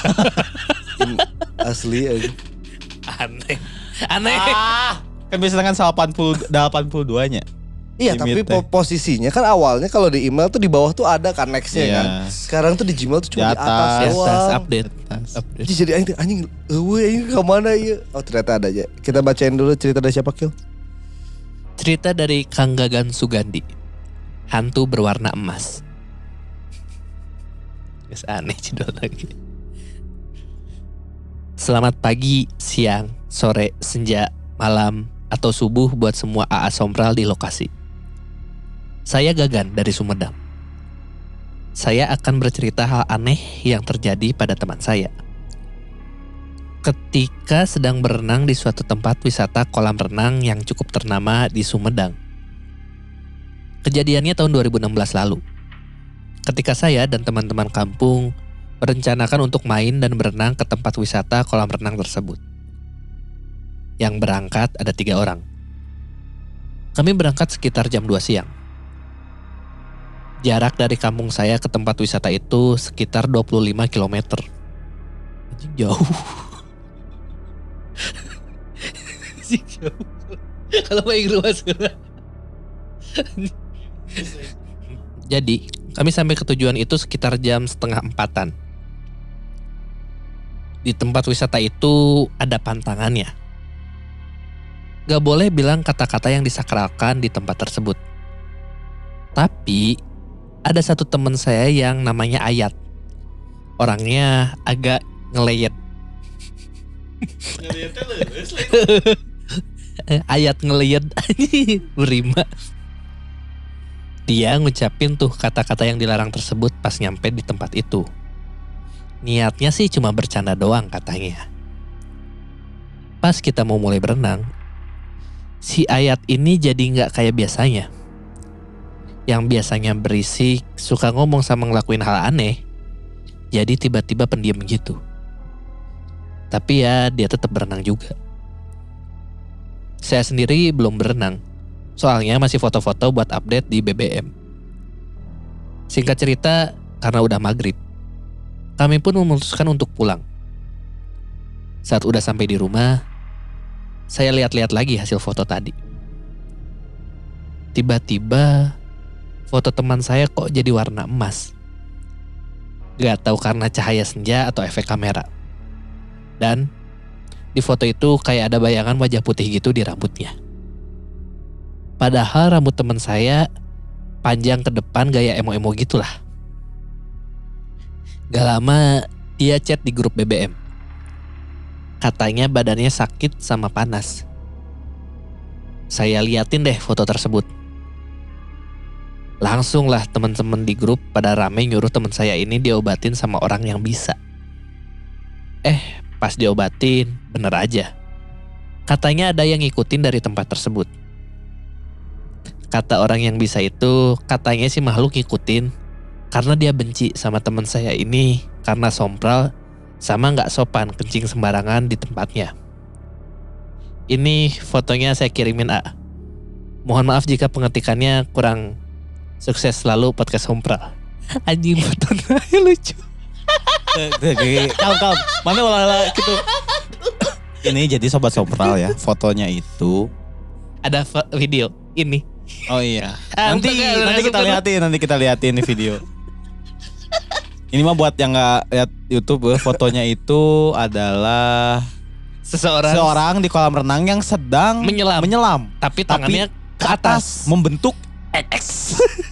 Asli aja. Aneh. Aneh. Ah, kan biasanya kan delapan puluh delapan puluh dua-nya. Iya tapi Limitnya. po- posisinya kan awalnya kalau di email tuh di bawah tuh ada kan nextnya Iya. kan. Sekarang tuh di Gmail tuh cuma Di di, atas, atas. Di atas doang. update. Update. Jadi anjing anjing, eueuh anjing kemana ya? Oh ternyata ada aja. Kita bacain dulu cerita dari siapa Kil? Cerita dari Kang Gagan Sugandi. Hantu berwarna emas. Yes, aneh judul lagi. Selamat pagi, siang, sore, senja, malam, atau subuh buat semua A A Sompral di lokasi. Saya Gagan dari Sumedang. Saya akan bercerita hal aneh yang terjadi pada teman saya. ketika sedang berenang di suatu tempat wisata kolam renang yang cukup ternama di Sumedang. Kejadiannya tahun dua ribu enam belas lalu. Ketika saya dan teman-teman kampung merencanakan untuk main dan berenang ke tempat wisata kolam renang tersebut. Yang berangkat ada tiga orang. Kami berangkat sekitar jam dua siang. Jarak dari kampung saya ke tempat wisata itu sekitar dua puluh lima kilometer. Anjing jauh. Anjing jauh. Kalau main rumah sekarang. Jadi, kami sampai ke tujuan itu sekitar jam setengah empatan. Di tempat wisata itu ada pantangannya. Gak boleh bilang kata-kata yang disakralkan di tempat tersebut. Tapi, ada satu teman saya yang namanya Ayat. Orangnya agak ngeleyet. Ngeleyetnya lemes lagi. Ayat ngeleyet. Berima. Dia ngucapin tuh kata-kata yang dilarang tersebut pas nyampe di tempat itu. Niatnya sih cuma bercanda doang katanya. Pas kita mau mulai berenang, si Ayat ini jadi gak kayak biasanya. Yang biasanya berisik, suka ngomong sama ngelakuin hal aneh, jadi tiba-tiba pendiam gitu. Tapi ya dia tetap berenang juga. Saya sendiri belum berenang. Soalnya masih foto-foto buat update di B B M. Singkat cerita, karena udah maghrib, kami pun memutuskan untuk pulang. Saat udah sampai di rumah, saya lihat-lihat lagi hasil foto tadi. Tiba-tiba, foto teman saya kok jadi warna emas. Gak tahu karena cahaya senja atau efek kamera. Dan di foto itu kayak ada bayangan wajah putih gitu di rambutnya. Padahal rambut teman saya panjang ke depan gaya emo-emo gitulah. Gak lama dia chat di grup B B M. Katanya badannya sakit sama panas. Saya liatin deh foto tersebut. Langsung lah teman-teman di grup pada rame nyuruh teman saya ini diobatin sama orang yang bisa. Eh pas diobatin bener aja. Katanya ada yang ngikutin dari tempat tersebut. Kata orang yang bisa itu, katanya si makhluk ngikutin karena dia benci sama teman saya ini karena sompral sama gak sopan kencing sembarangan di tempatnya. Ini fotonya saya kirimin A. Mohon maaf jika pengetikannya kurang sukses selalu podcast sompral. Anjing fotonya lucu. Kalem kalem, mana olah gitu. Ini jadi sobat sompral ya, fotonya itu ada video ini. Oh iya. Nanti nanti kita liatin, nanti kita liatin di video. Ini mah buat yang nggak lihat YouTube, fotonya itu adalah seseorang seorang di kolam renang yang sedang menyelam, menyelam tapi tangannya tapi ke atas membentuk X.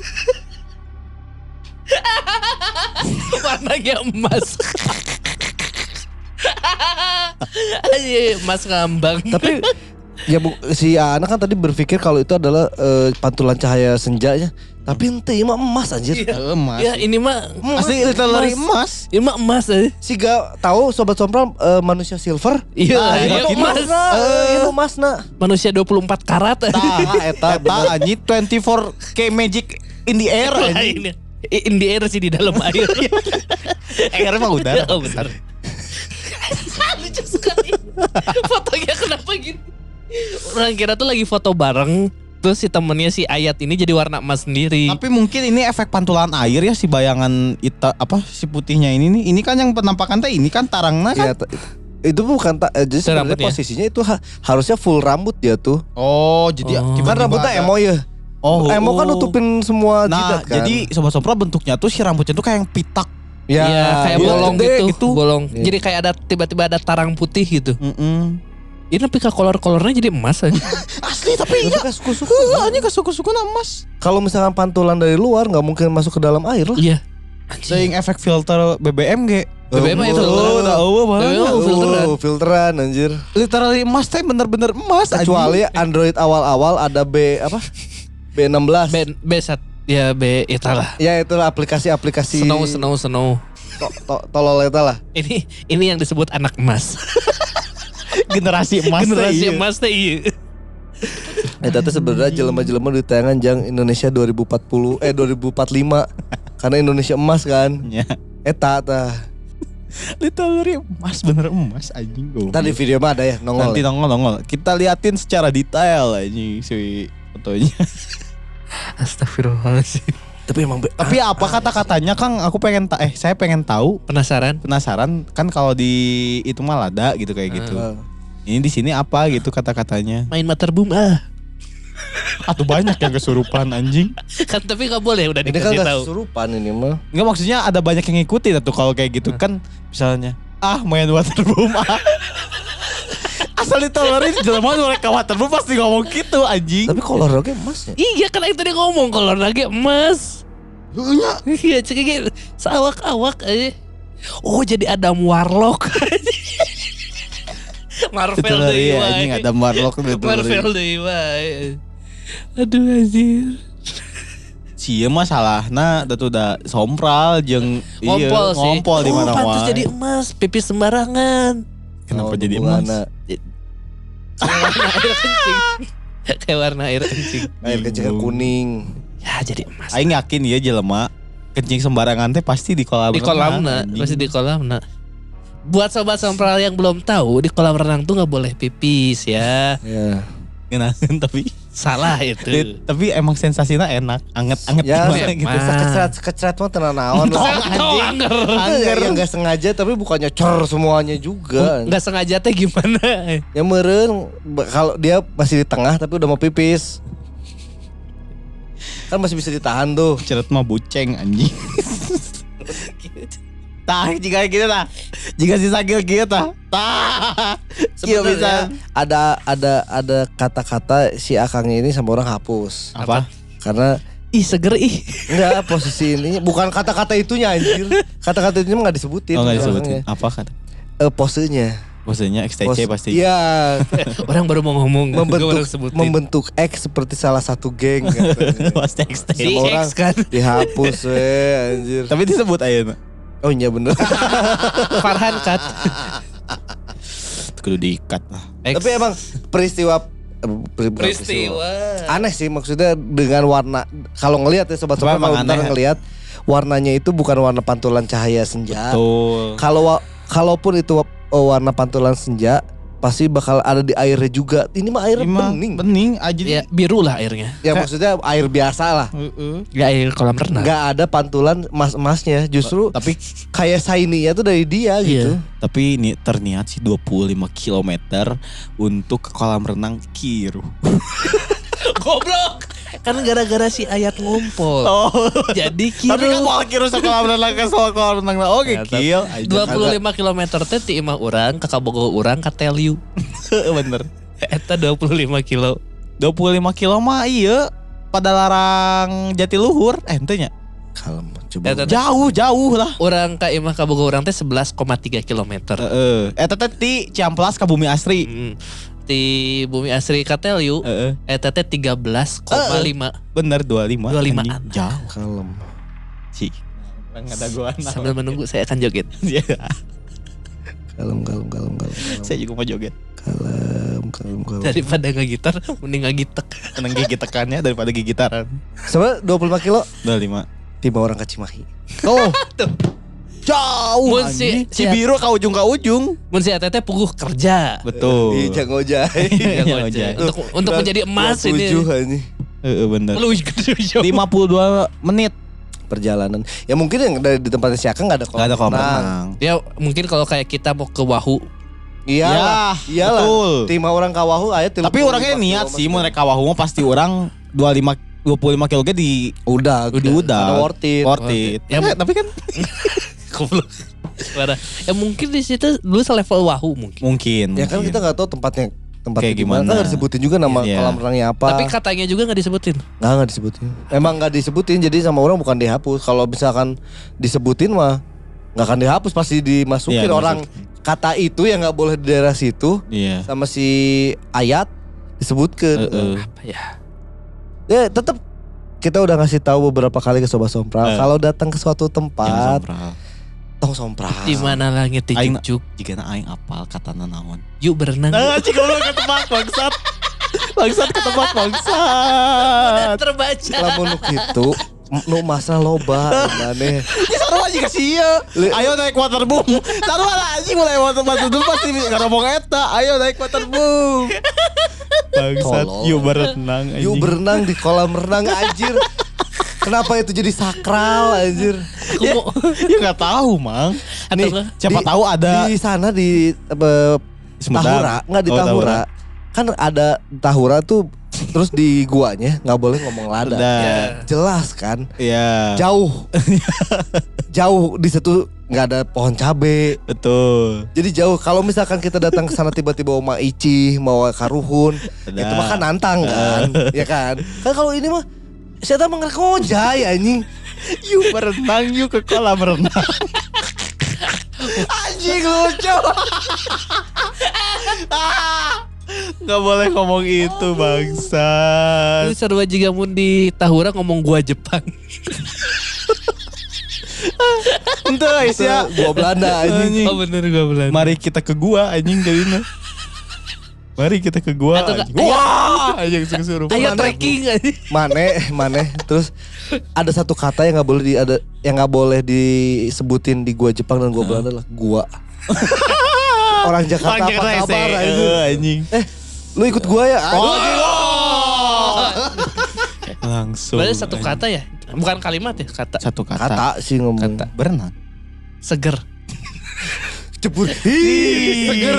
Warnanya emas. Emas ngambang. Tapi ya bu, si anak kan tadi berpikir kalau itu adalah uh, pantulan cahaya senjanya. Tapi ente mah emas anjir. Iya, emas. Ya ini mah asli literally emas. Ini mah emas aja. Si gak tahu sobat sompral uh, manusia silver. Iya, nah, iya itu emas. Uh, itu emas na. Manusia dua puluh empat karat. Tah, eta eta anjir twenty-four K magic in the air anjir. In the air sih di dalam air. Air mah udara. Oh benar. Lucu sekali. Fotonya kenapa gitu? Orang kira tuh lagi foto bareng. Terus si temennya si Ayat ini jadi warna emas sendiri. Tapi mungkin ini efek pantulan air ya, si bayangan ita, apa si putihnya ini nih. Ini kan yang penampakan teh ini kan tarangna kan. Ya, t- itu bukan tak eh, jadi sebenarnya posisinya itu ha- harusnya full rambut dia tuh. Oh, jadi oh. kan rambutnya emo ya. Oh, emo kan oh. nutupin semua nah, jidat kan. jadi sobat sompral bentuknya tuh si rambutnya tuh kayak yang pitak. Ya, ya kayak ya, bolong gede gitu, gitu. bolong. Ya. Jadi kayak ada tiba-tiba ada tarang putih gitu. Mm-mm. Ini tapi kolor-kolornya jadi emas aja. Asli tapi iya. Suku-suku. Ini kesuku-suku emas. Kalau misalkan pantulan dari luar nggak mungkin masuk ke dalam air lah. Iya. Sing efek filter B B M ge. B B M itu oh, tahu B B M oh, filteran. filteran anjir. Literally emas teh bener-bener emas. Kecuali Android awal-awal ada B apa? B enam belas. B B satu ya B itulah. Ya itulah aplikasi-aplikasi Snow snow snow. to, to, tolol eta lah. Ini ini yang disebut anak emas. Generasi emas. Generasi iya. emas teh iya. Eta teh sebenarnya jelema-jelema di tayangan jang Indonesia dua ribu empat puluh eh dua ribu empat puluh lima karena Indonesia emas kan. Ya. Eta tah. Literally emas bener emas anjing gue. Tadi video mah ada ya nongol. Nanti nongol nongol. Kita liatin secara detail anjing si fotonya. Astagfirullahaladzim. Tapi emang be- Tapi apa kata-katanya Kang? Aku pengen ta- eh saya pengen tahu. Penasaran? Penasaran kan kalau di itu mah lada gitu kayak gitu. Ah. Ini di sini apa gitu kata-katanya? Main Materboom ah. Atau banyak yang kesurupan anjing. Kan tapi gak boleh udah Ini kan dikasih gak tahu. kesurupan ini mah. Enggak maksudnya ada banyak yang ngikutin tuh kalau kayak gitu kan misalnya ah main waterboom ah. Asal ditolerin jelema mereka waterboom pasti ngomong gitu anjing. Tapi kolor oke emas ya. Iya kan yang tadi ngomong kalau lagi emas. Iya cek gitu. Sawak-awak aja. Oh jadi Adam Warlock. Marvel Ditolerin deh anjing ada Marlock ditolerin. Marvel deh wae. Aduh anjir. Sia mah salahna datu da sompral jeung ieu, Ngompol sih. ngompol di Oh, mana pantas wae. jadi emas, pipis sembarangan. Kenapa Oh, jadi hubunganna. emas? Kayak warna air kencing. Kayak warna air kencing. Air kencingnya kuning. Ya jadi emas. Aing yakin ya jelema kencing sembarangan teh pasti di kolam Di renang, kolamna, anjing. pasti di kolamna. Buat sobat sompral yang belum tahu, di kolam renang tuh nggak boleh pipis ya. Ya. Ngenahin tapi Salah itu. tapi emang sensasinya enak, anget-anget Ya, gimana ya, gitu. Mas. sekecret sekecret mah tenan naon. Tong, tong, anger. Anger yang gak sengaja tapi bukannya cor semuanya juga. Nggak sengaja teh gimana? Ya meureun ba- kalau dia masih di tengah tapi udah mau pipis. Kan masih bisa ditahan tuh. Ceret mah buceng anjing. Tah jika gitu tah. Jika si sakil gitu tah. Tah. Iya bisa. Sebenarnya ada ada ada kata-kata si Akangnya ini sama orang hapus. Apa? Karena Ih seger ih. enggak posisi ini bukan kata-kata itunya anjir. Kata-kata itunya enggak disebutin. Oh enggak sama disebutin. orangnya. Apa kan? Eh, posenya. Maksudnya X T C Pose- pasti. Iya, Orang baru mau ngomong. Gua baru membentuk sebutin. membentuk X seperti salah satu geng katanya. Pasti X T C. Si Sama orang X kan. dihapus we anjir. Tapi disebut aja. Oh iya bener. Farhan kat. Kudu diikat lah. X. Tapi emang peristiwa eh, peri- bukan peristiwa. aneh sih maksudnya dengan warna kalau ngelihat ya sobat-sobat Emang kalau bentar aneh. ngelihat warnanya itu bukan warna pantulan cahaya senja. Betul. Kalau wa- kalaupun itu wa- warna pantulan senja pasti bakal ada di airnya juga. Ini mah air Emang bening. bening aja. Ya biru lah airnya. Ya maksudnya air biasa lah. Heeh. Ya air kolam renang. Nggak ada pantulan emas-emasnya. Justru Tapi kayak shiny-nya tuh dari dia gitu. tapi ini terniat sih dua puluh lima kilometer untuk ke kolam renang Kiru. Goblok. Kan gara-gara si Ayat ngumpul. Oh. Jadi Tapi kan kira mau Kiru ke kolam renang ke kolam renang. Oke, Ya, kill. dua puluh lima kilometer teh ti imah urang ka kabogo urang ka Teliu. Bener. Eta dua puluh lima kilo. dua puluh lima kilo mah iya pada larang Jatiluhur eh ente nya. Kalem coba. Ya, tetep. Jauh jauh lah. Urang ka imah kabogo urang teh sebelas koma tiga kilometer. Heeh. Eta teh ti Ciamplas ka Bumi Asri. Hmm. Di Bumi Asri ka Teliu Heeh. eta teh tiga belas koma lima. Bener dua puluh lima. dua puluh lima anjing. an. Jauh Kalem. sih. Enggak ada gua. Sambil menunggu saya akan joget. Kalem kalem kalem kalem. Saya juga mau joget. Kalem kalem kalem. Daripada ngegitar mending ngegitek. Seneng gigi tekannya daripada gigitaran. Sebenarnya dua puluh lima kilo dua puluh lima. tiba orang ke Cimahi. Oh. Tuh. Jauh Mun anjing. si- Cibiru ka ujung ka ujung. Mun si Eta teh puguh kerja. Betul. Iya jangan ojek. Ya, Iya, ngojek. ngojek. Untuk untuk menjadi emas ini. tujuh anjing. Heeh bener. Lu gede lima puluh dua menit. Perjalanan. Ya mungkin yang dari di tempatnya si Akang gak ada kolam. Enggak ada kolam renang. renang. Ya mungkin kalau kayak kita mau ke Wahu. Iyalah, Ya, iyalah. betul. Timah orang kawahu aya tilu Tapi puluh orangnya lima niat kilometer. sih mau naik kawahu mah pasti orang dua puluh lima dua puluh lima kilo ge di Udah, udah udah Ada worth it. worth it. Ya, Eh, tapi kan Goblok. Parah. Ya mungkin di situ dulu selevel Wahu mungkin. mungkin. Ya kan mungkin. kita nggak tahu tempatnya tempatnya Kayak gimana. gimana. Kan nggak disebutin juga nama Iya. kolam renangnya apa. Tapi katanya juga nggak disebutin. nggak nggak disebutin. Emang nggak disebutin jadi sama orang bukan dihapus. Kalau misalkan disebutin mah nggak akan dihapus pasti dimasukin Iya, orang kata itu yang nggak boleh di daerah situ Iya. sama si Ayat disebutkan. Heeh. Apa ya? Ya tetap kita udah ngasih tahu beberapa kali ke Sobat Sompral Eh. kalau datang ke suatu Jangan tempat sompral. Tong sompral. Di mana langit Aing dijuk. jigana aing apal katana naon. Yuk berenang. Nah, cik goblok ketebak bangsat. Bangsat ketebak bangsat. Terbaca. Lamun nu kitu nu masa loba maneh. Ini sarua juga sia. Ayo naik waterboom. Sarua lah anjing mulai waterboom pasti ngomong eta. Ayo naik waterboom. Bangsat, Tolol. yuk berenang anjing. Yuk berenang di kolam renang anjir. Kenapa itu jadi sakral anjir? Aku mau. Ya enggak tahu, Mang. Nih, Siapa di- tahu ada Di sana di apa, Sumedang. Tahura, enggak di Oh, Tahura. Kan ada Tahura tuh terus di guanya nggak boleh ngomong lada. Ada. Ya. Jelas kan? Iya. Jauh. Jauh di situ nggak ada pohon cabe. Betul. Jadi jauh. Kalau misalkan kita datang ke sana tiba-tiba mau Ici, mau Karuhun, Ada. itu mah kan nantang kan, ya kan? Kan kalau ini mah saya mah ngerek ngojay anjing. Yuk berenang, yuk ke kolam renang. Anjing lucu. Nggak boleh ngomong itu bangsa. Ini seru aja kamu di Tahura ngomong gua Jepang. Ente Aisyah. Gua Belanda anjing. Oh bener gua bilang. Mari kita ke gua anjing jadinya. Mari kita ke gua. Atau nggak, anjing. Wah, anjing suruh. Ayo trekking aja. Mane, mane. Terus ada satu kata yang nggak boleh di ada yang nggak boleh disebutin di gua Jepang dan gua Belanda lah gua. Orang Jakarta apa kabar anjing? Eh, anjing. Eh, lu ikut gua ya? Aduh, anjing. Langsung. Berarti satu anjing. kata ya? Bukan kalimat ya, kata. Satu kata. Kata sih ngomong. Kata. Berenang. Seger. Jebur. Hi, seger.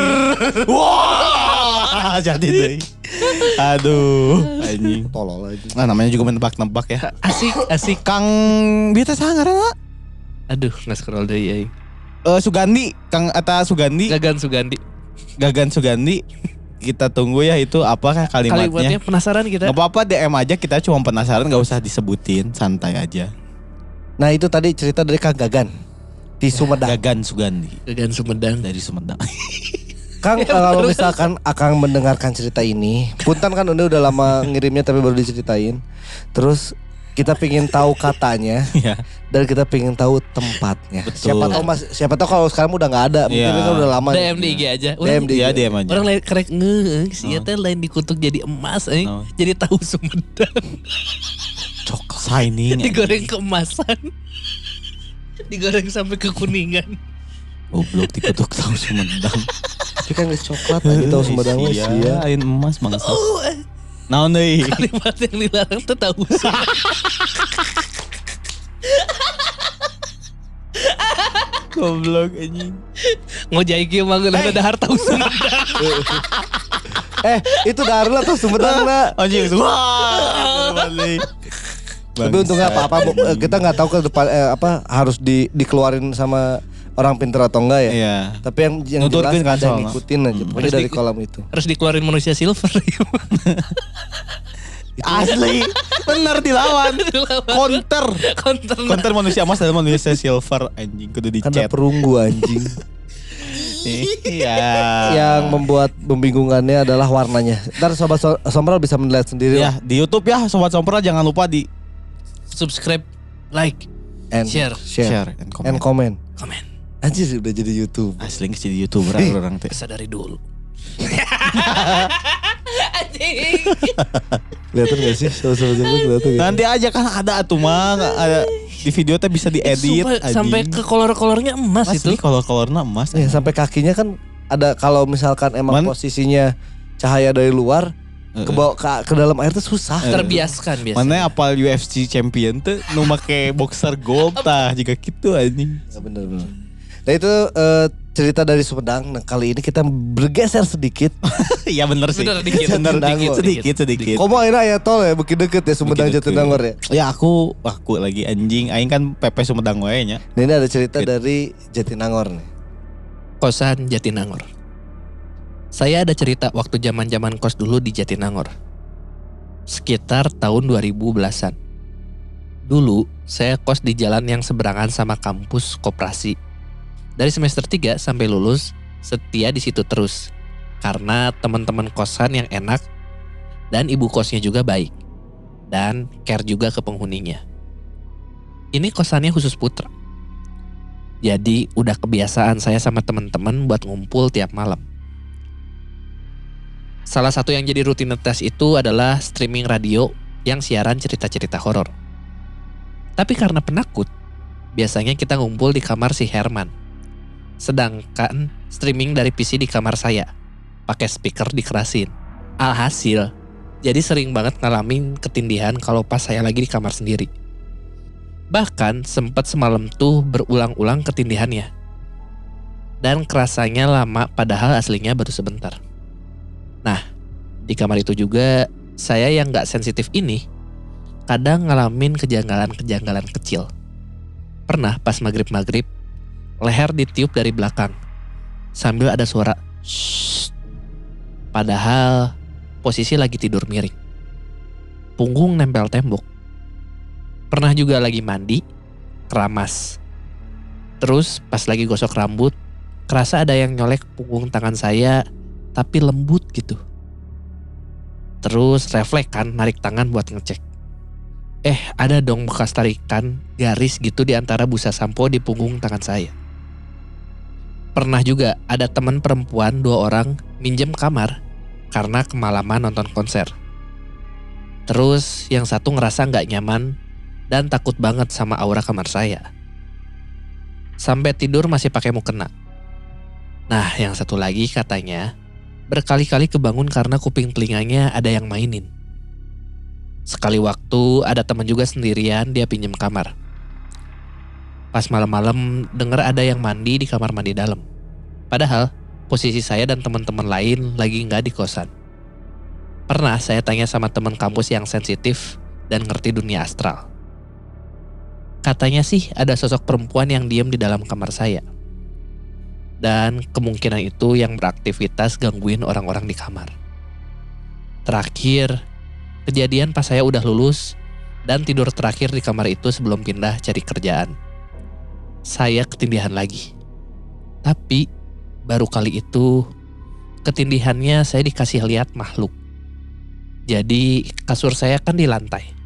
Wah, jadi deh. Aduh, anjing. Tolol aja. Nah, namanya juga menebak-nebak ya. Asik, asik. Kang Bita sangarana. Aduh, nggak scroll deh ya. Eh Sugandi, Kang Eta Sugandi, Gagan Sugandi. Gagan Sugandi. Kita tunggu ya itu apa kalimatnya. Kalimatnya penasaran kita. Gak apa-apa D M aja, kita cuma penasaran, gak usah disebutin, santai aja. Nah, itu tadi cerita dari Kang Gagan di Sumedang. Gagan Sugandi Gagan Sumedang. dari Sumedang. Kang, kalau misalkan Akang mendengarkan cerita ini, Punten kan udah udah lama ngirimnya tapi baru diceritain. Terus kita pingin tahu katanya Iya. dan kita pingin tahu tempatnya. Betul. Siapa tahu mas, siapa tahu kalau sekarang udah nggak ada, mungkin Iya. kan udah lama. D M di I G aja. D M di Iya I G. dia aja. Orang lain kerek nge, sih Oh. teh lain dikutuk jadi emas, eh. Oh. Jadi tahu Sumedang. Coklat shining. Digoreng keemasan. Digoreng sampai kekuningan. Goblok dikutuk tahu Sumedang. Tapi kan geus coklat aja tahu Sumedang wes Iya, ya. ain emas bangsa. Oh, eh, Naon deui? kalimat yang dilarang tuh tahu Sumedang. Goblok anjing. Ngojai kieu mah geuleuh ada harta Sumedang. Eh, itu Darul atau Sumedang lah. Anjing. Wah. balik. Tapi untungnya apa-apa Bu. Eh, kita nggak tahu ke depan eh, apa harus di dikeluarin sama orang pinter atau enggak ya. Iya. Tapi yang yang jelas Nuturkeun kan ada yang soalnya. ngikutin aja. Hmm. Pokoknya Harus dari di- kolam itu. Harus dikeluarin manusia silver. Asli. Bener dilawan. Counter. Konten. Counter manusia emas dan manusia silver anjing kudu Karena dicet. perunggu anjing. Iya. Yang membuat membingungkannya adalah warnanya. Ntar sobat so- sombral bisa melihat sendiri Ya, lah. di YouTube ya Sobat Sompral jangan lupa di Subscribe, like, And share, share, share and and comment. comment. komen. Anjir udah jadi YouTube. Asli jadi YouTuber Eh. orang teh. Sadari dulu. Anjing. Kelihatan gak sih? Sobat sobat sobat kelihatan gak? Nanti aja kan ada atuh mah ada di video teh bisa diedit Sumpah, sampai ke kolor-kolornya emas Asli itu. kolor-kolorna emas. Ya, sampai kakinya kan ada kalau misalkan emang Man- posisinya cahaya dari luar ke bawah ke, ke dalam air tuh susah. Terbiaskan biasa. Mana apal U F C champion tuh nu make boxer gold tah juga gitu anjing. Ya, bener bener. Nah itu eh, cerita dari Sumedang. Nah kali ini kita bergeser sedikit. Iya bener sih. Bener, dikit. Bener Jatinangor. dikit sedikit sedikit. Komo akhirnya ya tol ya bikin deket ya Sumedang Bikin deket. Jatinangor ya. Ya aku aku lagi anjing aing kan Pepe Sumedang wae nya. Nah, ini ada cerita Gitu. dari Jatinangor nih. Kosan Jatinangor. Saya ada cerita waktu zaman-zaman kos dulu di Jatinangor. Sekitar tahun dua ribu belasan. Dulu saya kos di jalan yang seberangan sama kampus koperasi. Dari semester tiga sampai lulus setia di situ terus. Karena teman-teman kosan yang enak dan ibu kosnya juga baik. Dan care juga ke penghuninya. Ini kosannya khusus putra. Jadi udah kebiasaan saya sama teman-teman buat ngumpul tiap malam. Salah satu yang jadi rutinitas itu adalah streaming radio yang siaran cerita-cerita horor. Tapi karena penakut, biasanya kita ngumpul di kamar si Herman. Sedangkan streaming dari P C di kamar saya, pakai speaker dikerasin. Alhasil, jadi sering banget ngalamin ketindihan kalau pas saya lagi di kamar sendiri. Bahkan sempat semalam tuh berulang-ulang ketindihannya. Dan kerasanya lama padahal aslinya baru sebentar. Nah, di kamar itu juga saya yang gak sensitif ini kadang ngalamin kejanggalan-kejanggalan kecil. Pernah pas maghrib-maghrib, leher ditiup dari belakang sambil ada suara shh. Padahal posisi lagi tidur miring. Punggung nempel tembok. Pernah juga lagi mandi, keramas. Terus pas lagi gosok rambut, kerasa ada yang nyolek punggung tangan saya tapi lembut gitu. Terus refleks kan narik tangan buat ngecek. Eh ada dong bekas tarikan garis gitu di antara busa sampo di punggung tangan saya. Pernah juga ada teman perempuan dua orang minjem kamar karena kemalaman nonton konser. Terus yang satu ngerasa gak nyaman dan takut banget sama aura kamar saya. Sampai tidur masih pakai mukena. Nah yang satu lagi katanya berkali-kali kebangun karena kuping telinganya ada yang mainin. Sekali waktu ada teman juga sendirian dia pinjem kamar. Pas malam-malam denger ada yang mandi di kamar mandi dalam. Padahal posisi saya dan teman-teman lain lagi nggak di kosan. Pernah saya tanya sama teman kampus yang sensitif dan ngerti dunia astral. Katanya sih ada sosok perempuan yang diem di dalam kamar saya. Dan kemungkinan itu yang beraktivitas gangguin orang-orang di kamar. Terakhir, kejadian pas saya udah lulus dan tidur terakhir di kamar itu sebelum pindah cari kerjaan. Saya ketindihan lagi. Tapi baru kali itu ketindihannya saya dikasih lihat makhluk. Jadi kasur saya kan di lantai.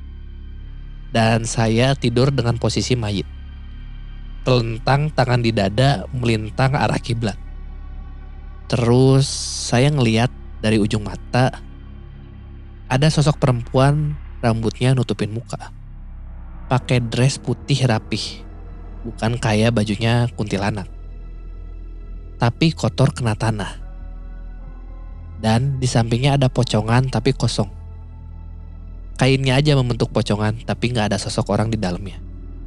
Dan saya tidur dengan posisi mayit. Telentang tangan di dada melintang arah kiblat. Terus saya ngeliat dari ujung mata ada sosok perempuan rambutnya nutupin muka. Pakai dress putih rapih. Bukan kayak bajunya kuntilanak. Tapi kotor kena tanah. Dan di sampingnya ada pocongan tapi kosong. Kainnya aja membentuk pocongan tapi gak ada sosok orang di dalamnya.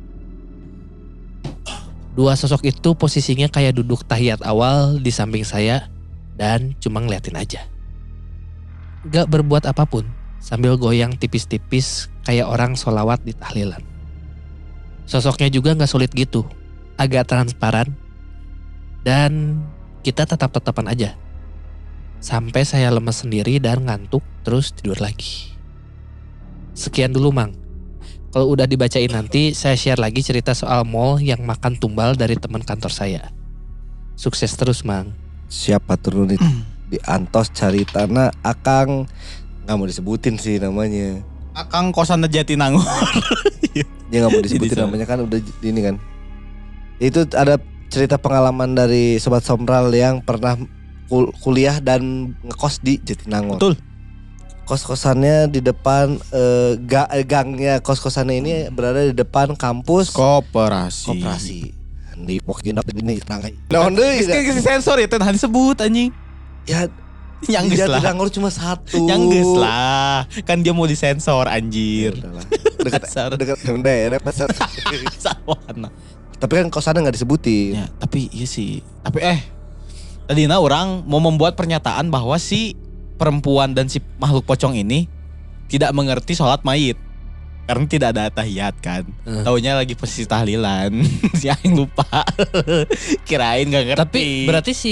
Dua sosok itu posisinya kayak duduk tahiyat awal di samping saya dan cuma ngeliatin aja. Gak berbuat apapun sambil goyang tipis-tipis kayak orang sholawat di tahlilan. Sosoknya juga gak sulit gitu, agak transparan dan kita tetap-tetapan aja. Sampai saya lemes sendiri dan ngantuk terus tidur lagi. Sekian dulu Mang. Kalau udah dibacain nanti saya share lagi cerita soal mall yang makan tumbal dari teman kantor saya. Sukses terus Mang. Siapa turun di, di Antos cari tanah Akang. Gak mau disebutin sih namanya. Akang kosan Jatinangor. Dia gak mau disebutin namanya kan udah ini kan. Itu ada cerita pengalaman dari Sobat Somral yang pernah kul- kuliah dan ngekos di Jatinangor. Betul. Kos-kosannya di depan eh, ga, eh, gangnya kos-kosannya ini berada di depan kampus Koperasi. Koperasi. Di pokoknya dapat ini rangkai. Nah, deui. Kasih sensor ya, tadi disebut anjing. Ya yang geus lah. Jatinangor cuma satu. Yang geus lah. Kan dia mau disensor anjir. Dekat dekat daerah pasar. Sawana. Tapi kan kosannya enggak disebutin. Ya, tapi iya sih. Tapi eh tadinya orang mau membuat pernyataan bahwa si perempuan dan si makhluk pocong ini tidak mengerti sholat mayit karena tidak ada tahiyat kan. Uh. Taunya lagi posisi tahlilan. Si aing lupa. Kirain gak ngerti. Tapi berarti si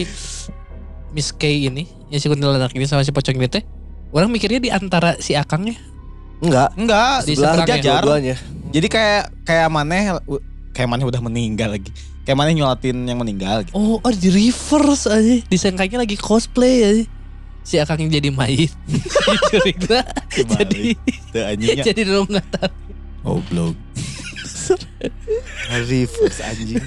Miss K ini, yang si kuntilanak ini sama si pocong ini teh, orang mikirnya di antara si akangnya. Enggak. Enggak, di sejajar. Dua-duanya. Jadi kayak kayak maneh kayak maneh udah meninggal lagi. Kayak maneh nyolatin yang meninggal gitu. Oh, oh di reverse aja. Disangkanya lagi cosplay aja. Si akang yang jadi mayit. Curiga. Jadi Teu anjingnya. jadi lu enggak tahu. Goblok. Reverse anjing.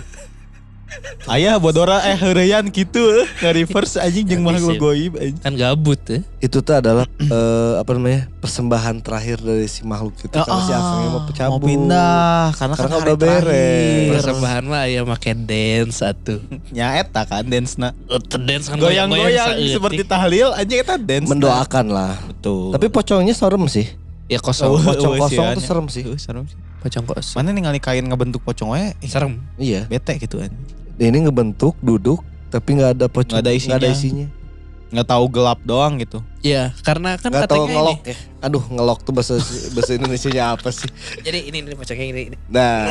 Ayah bodora eh heureyan gitu nge-reverse anjing jeung makhluk goib anjing. Kan gabut ya. Itu tuh adalah eh, apa namanya? Persembahan terakhir dari si makhluk itu karena si Akangnya mau pecabut. Mau pindah karena, Karena kan udah hari terakhir. beres. Persembahan mah aya make dance atuh. Nya eta kan dance-na. Dance kan Goyang-goyang seperti tahlil anjing eta dance. Mendoakan lah. Betul. Tapi pocongnya serem sih. Ya kosong. Oh, Pocong oh, kosong sian. tuh serem sih. Uh, serem sih. Pocong kosong. Mana ningali kain ngebentuk pocong we? Ih, Serem. Iya. bete gitu kan. Ini ngebentuk duduk tapi nggak ada pocong. Nggak ada isinya. Nggak ada isinya. Nggak tahu gelap doang gitu. Ya, karena kan Nggak tahu katanya ngelok ini. ya. Aduh ngelok tuh bahasa bahasa Indonesianya apa sih? Jadi ini ini pocongnya ini. ini. Nah.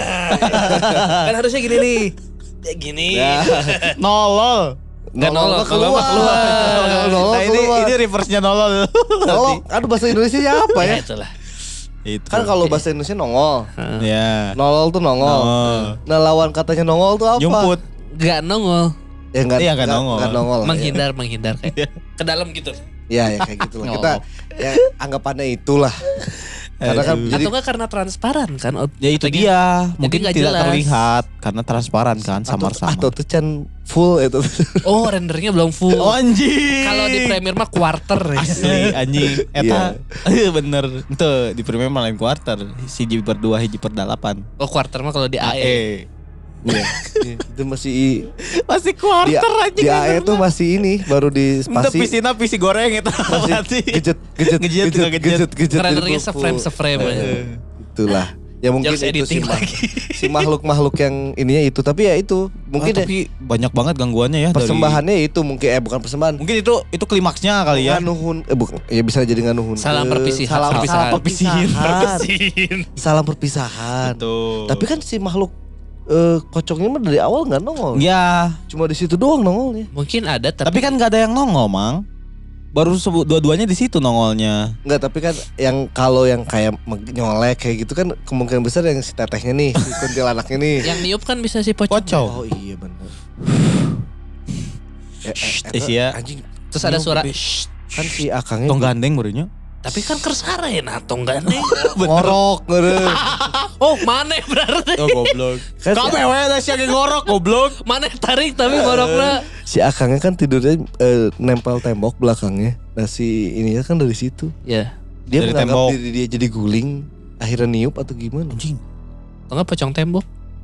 Kan harusnya gini nih. Ya gini. Nah. Nolol. Nggak nolol, keluar. nolol keluar. Nolol Nah ini keluar. ini reverse-nya nolol. Ngelok. Aduh bahasa Indonesianya apa Ya ya? itulah. Itu. Kan kalau bahasa Indonesia nongol. ya. Nolol tuh nongol. Nongol. Nah lawan katanya nongol tuh apa? Nyumput. Gak nongol. Ya enggak Iya, nggak nongol. Nggak nongol. Menghindar, menghindar kayak ke dalam gitu. Ya ya kayak gitu lah. Kita Oh. ya anggapannya itulah. Karena kan Aduh. jadi Atau enggak karena transparan kan? Ya itu dia, mungkin nggak tidak jelas. terlihat karena transparan kan atau, samar-samar. atau tuh can full itu. Oh, rendernya belum full. Oh, anjing. Kalau di Premiere mah quarter ya. asli anjing eta Iya. bener itu di Premiere malah lain quarter hiji per dua hiji per delapan Oh, quarter mah kalau di A E. A E Iya. Itu masih i- masih di, quarter anjing di A E tuh masih ini baru di itu spasi pisina pisi goreng itu masih gejet gejet Ngejet, gejet ngejet. gejet gejet Rendernya itu seframe full. seframe aja. Eh, Itulah. Ya mungkin Jokes itu si, editing ma- lagi. si makhluk-makhluk yang ininya itu tapi ya itu mungkin Ah, ya, tapi banyak banget gangguannya ya dari- persembahannya itu mungkin eh bukan persembahan. mungkin itu itu klimaksnya kali ya Nganuhun eh bukan ya bisa jadi nganuhun. Salam perpisihan. Salam Perpisahan. salam perpisahan. Bersihin. Salam perpisahan. tuh Tapi kan si makhluk eh, pocongnya mah dari awal nggak nongol. ya Cuma di situ doang nongolnya. Mungkin ada tapi, tapi kan nggak ada yang nongol mang baru sebu- dua-duanya di situ nongolnya Enggak, tapi kan yang kalau yang kayak meg- nyolek kayak gitu kan kemungkinan besar yang si tetehnya nih, si kuntilanaknya nih. yang niup kan bisa si pocong. pocong Oh iya benar. Eh, eh, Shh, eta isi ya. anjing Terus ada suara Niup, "Shh." kan si akangnya tong gandeng barunya Tapi kan kersaren atau enggak nih? ngorok ngeureun. Oh, maneh berarti. oh goblok Kan si, kabe we da sia ge ngorok goblok Maneh tarik tapi ngorokna. si akangnya kan tidurnya eh, nempel tembok belakangnya. Nah si ininya kan dari situ. Ya. Dia Dari menganggap tembok. diri dia jadi guling, akhirnya niup atau gimana? anjing Atau enggak pocong tembok?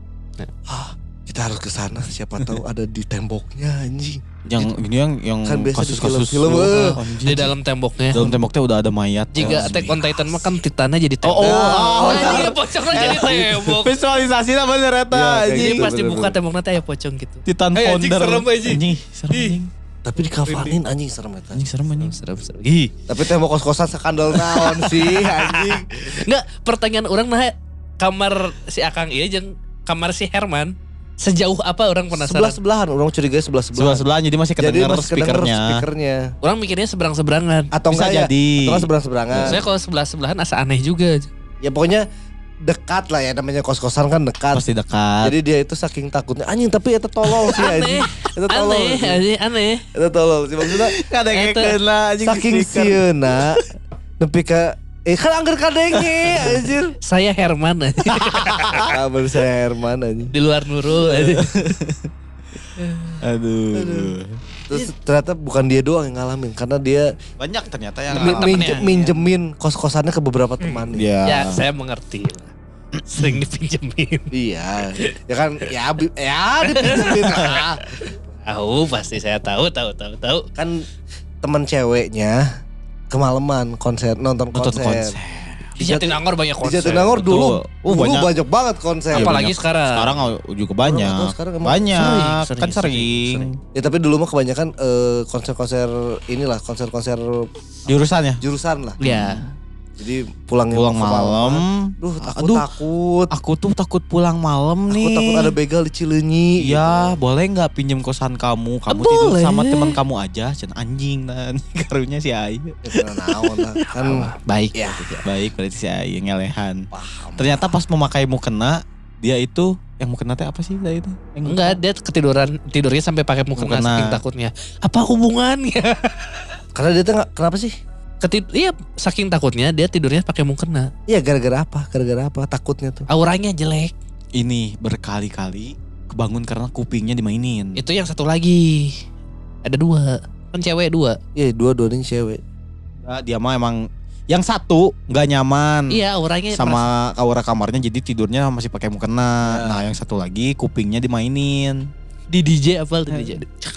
Kita harus ke sana, siapa tahu ada di temboknya anjing. yang ini yang yang Kan biasa di kasus-kasus film-film, lu, eh. anjing. Di dalam temboknya. dalam temboknya udah ada mayat Jika ya. Attack on Titan mah kan titannya jadi tembok. Oh, oh, oh, Anjing, benar. pocongnya jadi tembok. visualisasinya bener eta Ya, kayak Jadi anjing gitu. pas dibuka bener-bener. tembok nanti aya pocong gitu. Titan Eh, anjing, Founder serem, anjing. anjing serem Ih. anjing Tapi di kafanin anjing serem eta. anjing serem anjing Serem serem. ih Tapi tembok kos-kosan sekandel naon sih anjing. Enggak, pertanyaan orang nah kamar si Akang ieu jeung kamar si Herman sejauh apa orang penasaran? Sebelah-sebelahan, orang curiga sebelah-sebelahan. sebelah-sebelah jadi masih Jadi kedenger masih kedenger speakernya speakernya. Orang mikirnya seberang-seberangan. Atau Bisa enggak ya? jadi. Atau enggak seberang-seberangan. Saya kalau sebelah-sebelahan asa aneh juga. Ya pokoknya dekat lah ya, namanya kos-kosan kan dekat. pasti dekat Jadi dia itu saking takutnya anjing tapi eta tolol sih Aneh, anjing. Eta tolol. aneh, sih. aneh, aneh. Eta tolol sih maksudnya. kadegekeun lah anjing Saking speaker. sieuna nepi ka eh kan angger kadenge anjir. Saya Herman anjing. Kabar saya Herman anjing. Di luar Nurul anjing. aduh Terus ternyata bukan dia doang yang ngalamin karena dia banyak ternyata yang Temen- mi- temennya, minjem, minjemin kos-kosannya ke beberapa temannya. ya Ya, saya mengerti lah. Sering dipinjemin. Iya, ya kan, ya, bi- ya dipinjemin lah. Tahu pasti saya tahu, tahu, tahu, tahu. Kan teman ceweknya kemalaman konser nonton nonton konser. konser Di Jatinangor banyak Di konser. Jatinangor Betul. dulu, Oh, dulu banyak. banyak banget konser. Iya, Apalagi banyak. sekarang. sekarang juga banyak Orang nggak tahu sekarang emang. banyak Sering, sering, kan sering, sering, sering. Ya tapi dulu mah kebanyakan eh, konser-konser inilah konser-konser jurusannya jurusan lah. Ya. Jadi pulangnya pulang kemalaman. malam Duh takut Aduh, takut. aku tuh takut pulang malam Aku nih takut ada begal di Cileunyi. Iya, boleh nggak pinjem kosan kamu? Kamu Ah, tidur boleh. sama teman kamu aja, cen anjing dan karunya si Ayu. Ya, karena naon lah. Kan Baik. ya Baik berarti si Ayu ngelehan. paham. Ternyata pas memakai mukena, dia itu yang mukena teh apa sih tadi itu? Yang Enggak, dia ketiduran tidurnya sampai pakai mukena Mukena. saking takutnya. Apa hubungannya? Karena dia tuh nggak- kenapa sih? Ketid iya, saking takutnya dia tidurnya pakai mukena. Iya gara-gara apa? Gara-gara apa? Takutnya tuh. Auranya jelek. ini berkali-kali kebangun karena kupingnya dimainin. Itu yang satu lagi. Ada dua. Kan cewek dua. Iya, dua-duanya cewek. Nah, dia mah emang yang satu nggak nyaman. Iya, orangnya sama aura kamarnya jadi tidurnya masih pakai mukena. Ya. Nah, yang satu lagi kupingnya dimainin. di D J apa di D J?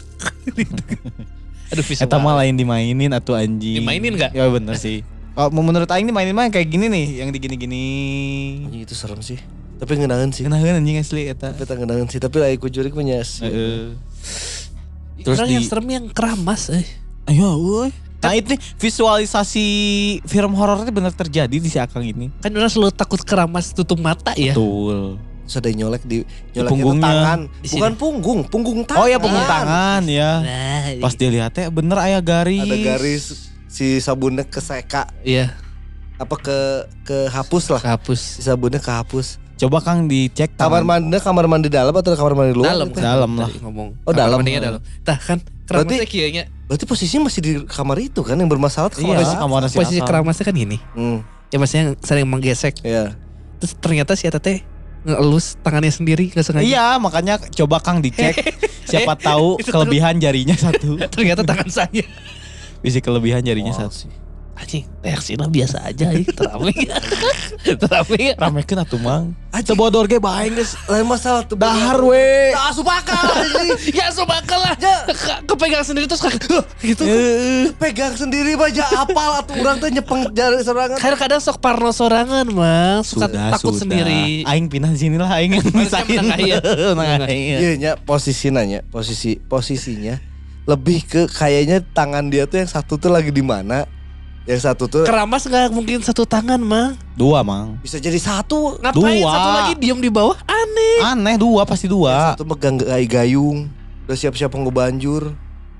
Aduh, visual. Eta mah lain dimainin atuh anjing. Dimainin nggak? Ya bener sih. Kalau menurut aing dimainin mah yang kayak gini nih, yang digini-gini. Anjing itu serem sih. Tapi ngenangan sih. Kenaheun anjing asli eta. Tapi tak ngenangan sih. Tapi aku jurik punya sih. Heeh. Terus Terus yang di- serem yang keramas eh. Ayo, woi. Nah itu nih visualisasi film horornya benar terjadi di si Akang ini. Kan orang selalu takut keramas tutup mata ya. Betul. Terus ada yang nyolek di nyolek itu punggungnya. tangan. Di Bukan sini. punggung, punggung tangan. Oh ya punggung tangan ya. Nah, Pas dilihatnya bener aya garis. Ada garis si sabunnya keseka iya, apa ke kehapus lah. kehapus. Si sabunnya kehapus. Coba Kang dicek Kamar tangan. mandinya kamar mandi dalam atau kamar mandi luar? Dalam, gitu? kan? Dalam lah. Tadi ngomong. Oh, Kamar dalam. mandinya dalam. Tah kan keramasnya Berarti- kayaknya Berarti posisinya masih di kamar itu kan yang bermasalah tuh kamar Iya, itu. kamar si posisi Akang. keramasnya kan gini. Hmm, Ya maksudnya yang sering menggesek. iya. Terus ternyata si Eta teh ngelus tangannya sendiri nggak sengaja. Iya, makanya coba Kang dicek. Siapa tahu Itu kelebihan jarinya satu. Ternyata tangan saya. Bisa kelebihan jarinya Wow satu. sih. Anjing, reaksinya biasa aja ya. Terame. Terame. Ramekeun atuh Mang. Anjing. Tebodor ge bae geus. Lain masalah tuh. Dahar we. Tak asup akal. anjing. Ya subakal lah. Ke- Kepegang sendiri terus kayak "Huh," gitu. Pegang sendiri baja apal atau orang tuh nyepeng jari serangan. Kadang-kadang sok parno sorangan, Mas. Suka takut sendiri. Aing pindah sini lah aing yang Harusnya misahin. menengahin. Menengahin. Iya nya posisi nanya, posisi posisinya lebih ke kayaknya tangan dia tuh yang satu tuh lagi di mana, yang satu tuh Keramas nggak mungkin satu tangan, Mang. Dua Mang. bisa jadi satu. Ngapain Dua. satu lagi diem di bawah? Aneh. Aneh dua pasti Yang dua. satu megang gay gayung, udah siap-siap mau banjur.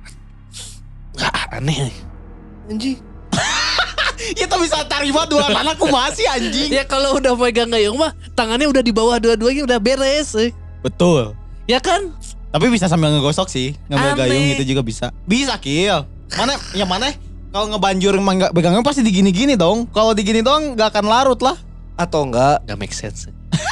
Nggak aneh. Anjing. Ya tuh bisa terima dua anak masih anjing. Ya kalau udah megang gayung mah tangannya udah di bawah dua-duanya udah beres. eh. Betul. Ya kan? Tapi bisa sambil ngegosok sih, ngambil Aneh. gayung gitu juga bisa. Bisa Kil. Mana yang mana? Kalau ngebanjur emang nggak pegangnya pasti digini-gini dong. Kalau digini dong nggak akan larut lah. Atau enggak Gak make sense.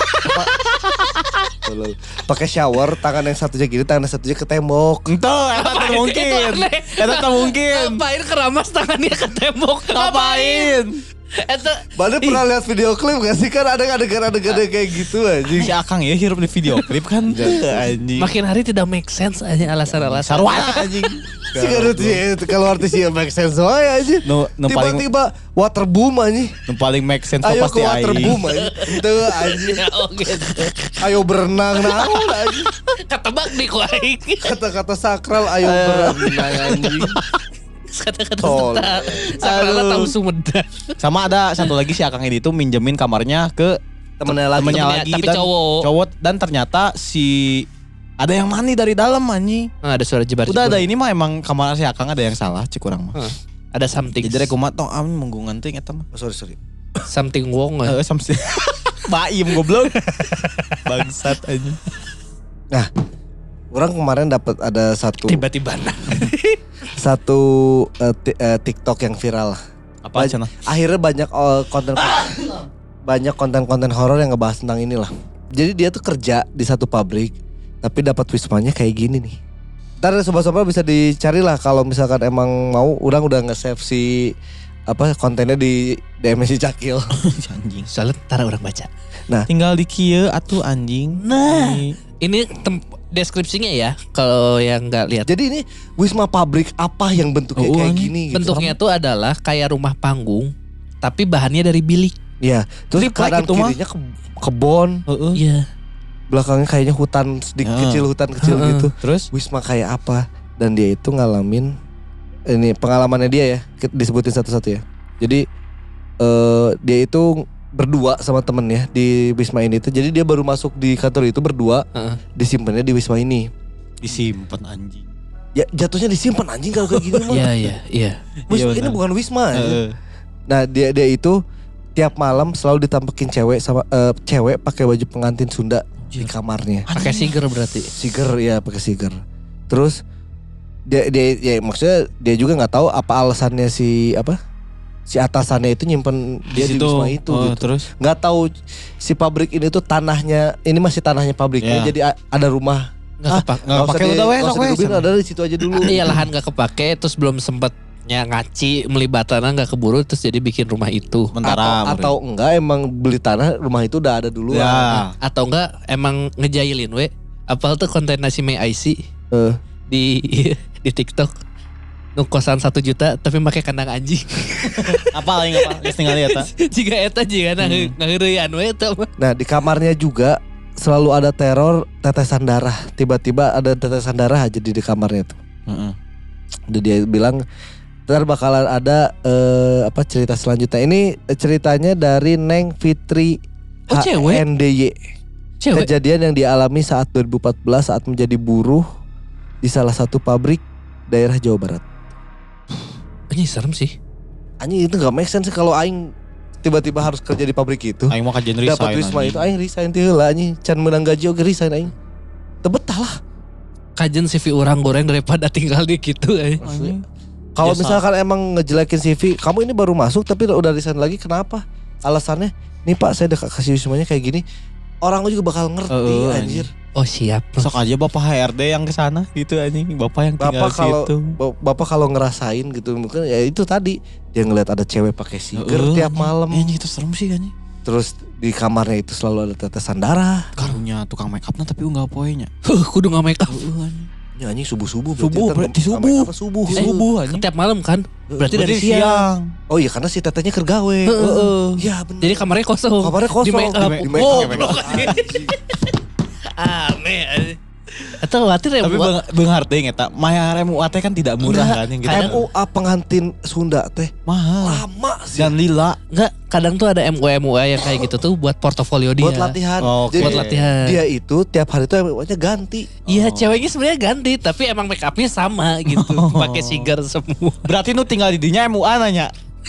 tolol. Pakai shower, tangan yang satunya gini, tangan yang satunya ke tembok. Entah, eta tak Ngapain? mungkin. Itu aneh. Eta tak mungkin. Ngapain keramas tangannya ke tembok? Ngapain? Eta Bade pernah lihat video klip gak sih? Kan ada adegan-adegan kayak gitu anjing. Si Akang ya hirup di video klip kan. Anjing. makin hari tidak make sense aja alasan-alasan. Sarwana anjing. Si Garut sih kalau artisnya make sense wae anjing. Nu nu paling Tiba-tiba waterboom anjing. nu paling make sense tuh Ayo ke pasti aing. waterboom anjing. Itu anjing. Ya, oh gitu. Ayo berenang naon anjing. Ketebak nih ku aing. Kata-kata sakral ayo berenang anjing. Kata-kata Tol. Sumedang. Sakralnya Aduh. tahu Sumedang. Sama ada satu lagi si Akang ini tuh minjemin kamarnya ke Temennya lagi. temennya temennya, lagi tapi dan cowok. cowok dan ternyata si ada yang mandi dari dalam anjing. Ah, ada suara jebar. Udah ada ini mah emang kamar si Akang ada yang salah cik kurang mah. Ada something. Jadi kumaha tong amin menggungan teuing eta mah. Oh, sorry sorry. Something wrong. eh. Heeh sampai Baim goblok. Bangsat anjing. Nah, orang kemarin dapat ada satu Tiba-tiba nah. satu eh, ti- eh, TikTok yang viral. Apa Ba- cenah? Akhirnya banyak eh, konten banyak konten-konten horor yang ngebahas tentang inilah. Jadi dia tuh kerja di satu pabrik, tapi dapat wismanya kayak gini nih. Ntar sobat-sobat bisa dicari lah kalau misalkan emang mau. Orang udah nge-save si apa kontennya di D M si Cakil. Anjing. Soalnya ntar orang baca. Tinggal di kieu atuh anjing. Nah. Ini Ini tem- deskripsinya ya kalau yang nggak lihat. Jadi ini wisma pabrik apa yang bentuknya Oh, kayak anjing. gini gitu. Bentuknya tuh adalah kayak rumah panggung, tapi bahannya dari bilik. Iya, terus Triplek kanan itu mah. kirinya ke kebon, heeh. Iya. belakangnya kayaknya hutan sedikit Ya. kecil, hutan kecil Heeh. gitu. Terus Wisma kayak apa? Dan dia itu ngalamin ini pengalamannya dia ya, kita disebutin satu-satu ya. Jadi eh dia itu berdua sama temennya di wisma ini tuh. Jadi dia baru masuk di kantor itu berdua, Heeh. disimpannya di wisma ini. disimpan anjing. Ya jatuhnya disimpan anjing kalau kayak gini mah. Iya, iya, iya. Wisma Iya, ini benar. bukan wisma. ya. Heeh. Nah dia dia itu tiap malam selalu ditampekin cewek sama eh, cewek pakai baju pengantin Sunda di kamarnya. Pakai siger berarti. Siger ya pakai siger. Terus dia dia ya maksudnya dia juga nggak tahu apa alasannya si apa si atasannya itu nyimpen dia di, situ. Wisma itu Oh, gitu. terus Nggak tahu si pabrik ini tuh tanahnya ini masih tanahnya pabriknya Ya. jadi a- ada rumah. Nggak Ah, kepak. nggak usah kepake, di- udah weh, nggak sok usah weh, digubin, sana. ada di situ aja dulu. Iya lahan gak kepake terus belum sempatnya ngaci melibatana nggak keburu terus jadi bikin rumah itu. sementara atau, atau enggak emang beli tanah rumah itu udah ada dulu. ya. Atau enggak emang ngejailin we. Apal tuh konten nasi mie I C Eh. di di TikTok. Nu kosan satu juta tapi pakai kandang anjing. Apa aing apa? Geus ningali eta. Jika eta jika nah ngeureuyaan we eta mah. Nah di kamarnya juga selalu ada teror tetesan darah. Tiba-tiba ada tetesan darah aja di, di kamarnya tuh. Heeh. Dan dia bilang ntar bakalan ada eh, apa cerita selanjutnya. Ini eh, ceritanya dari Neng Fitri Oh, cewek? H N D Y. Cewek. Kejadian yang dialami saat dua ribu empat belas saat menjadi buruh di salah satu pabrik daerah Jawa Barat. Anjing serem sih. Anjing itu gak make sense kalau aing tiba-tiba harus kerja di pabrik itu. Aing mau kajian resign. Dapat wisma anjing. itu aing resign teh heula anjing. Can menang gaji oge resign aing. Teu betah lah. Kajen C V orang goreng daripada tinggal di gitu eh. Anjing. Kalau Biasa. misalkan emang ngejelekin C V, kamu ini baru masuk tapi udah resign lagi kenapa? Alasannya, nih Pak saya udah kasih wismanya kayak gini. Orang juga bakal ngerti Uh, anjir. Oh siap. Sok aja Bapak H R D yang kesana gitu anjing. Bapak yang tinggal Bapak kalau situ. ba- Bapak kalau ngerasain gitu mungkin ya itu tadi dia ngeliat ada cewek pakai siger Heeh, tiap anjing. malam. Eh, anjing itu serem sih anjing. Terus di kamarnya itu selalu ada tetesan darah. Karunya tukang make upna tapi enggak poenya. Huh, kudu nggak make up. Ya anjing subuh-subuh Subuh, berarti subuh. Apa subuh? Di Eh, subuh anjing. Setiap malam kan. Berarti dari Berarti siang. Oh iya karena si tetenya kergawe. Heeh. Iya benar. Jadi kamarnya kosong. kamarnya kosong. Di make up. Di make up. Goblok, anjing. Aneh anjing. Atau khawatir ya Tapi buat- Bang Bang Hardeng eta, mayar M U A teh kan tidak murah kan yang gitu. M U A pengantin Sunda teh Mahal. lama sih. Dan lila. Enggak, kadang tuh ada M U A M U A yang kayak gitu tuh buat portofolio dia. Buat latihan. Oke. Jadi Buat latihan. dia itu tiap hari tuh M U A-nya ganti. Iya, Oh. ceweknya sebenarnya ganti, tapi emang make upnya sama gitu, Oh. pakai sigar semua. Berarti nu tinggal di dinya M U A nanya.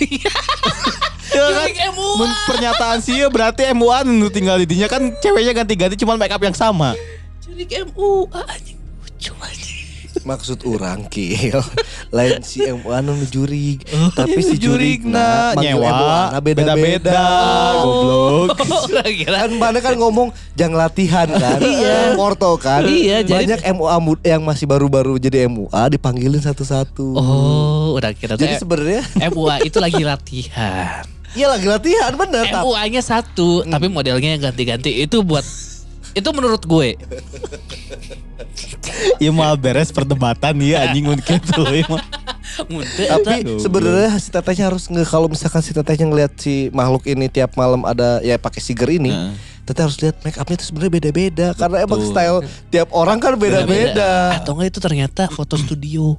Ya kan? Culik M U A. Men pernyataan sih ya berarti M U A nu tinggal di dinya kan ceweknya ganti-ganti cuman make up yang sama. Culik M U A anjing lucu anjing. Maksud orang kill. Lain si M U A nu jurig. Oh, Tapi si jurigna manggil nyewa M U A-na beda-beda. Goblok. Orang kira Kan mana kan ngomong jangan latihan kan. Iya. Morto kan. Iya, jadi- Banyak M U A mud- yang masih baru-baru jadi M U A dipanggilin satu-satu. Oh, udah kira Jadi teh sebenarnya M U A itu lagi latihan. iya lagi latihan bener. M U A-nya satu, tapi modelnya ganti-ganti. Itu buat itu menurut gue. Ya mau beres perdebatan ya anjing mun kitu we mah. Muntah Tapi eta. sebenarnya si tetehnya harus nge kalau misalkan si tetehnya ngelihat si makhluk ini tiap malam ada ya pakai siger ini, Heeh. teteh harus lihat make upnya itu sebenarnya beda-beda karena emang Betul. style tiap orang kan beda-beda. Atau enggak itu ternyata foto studio.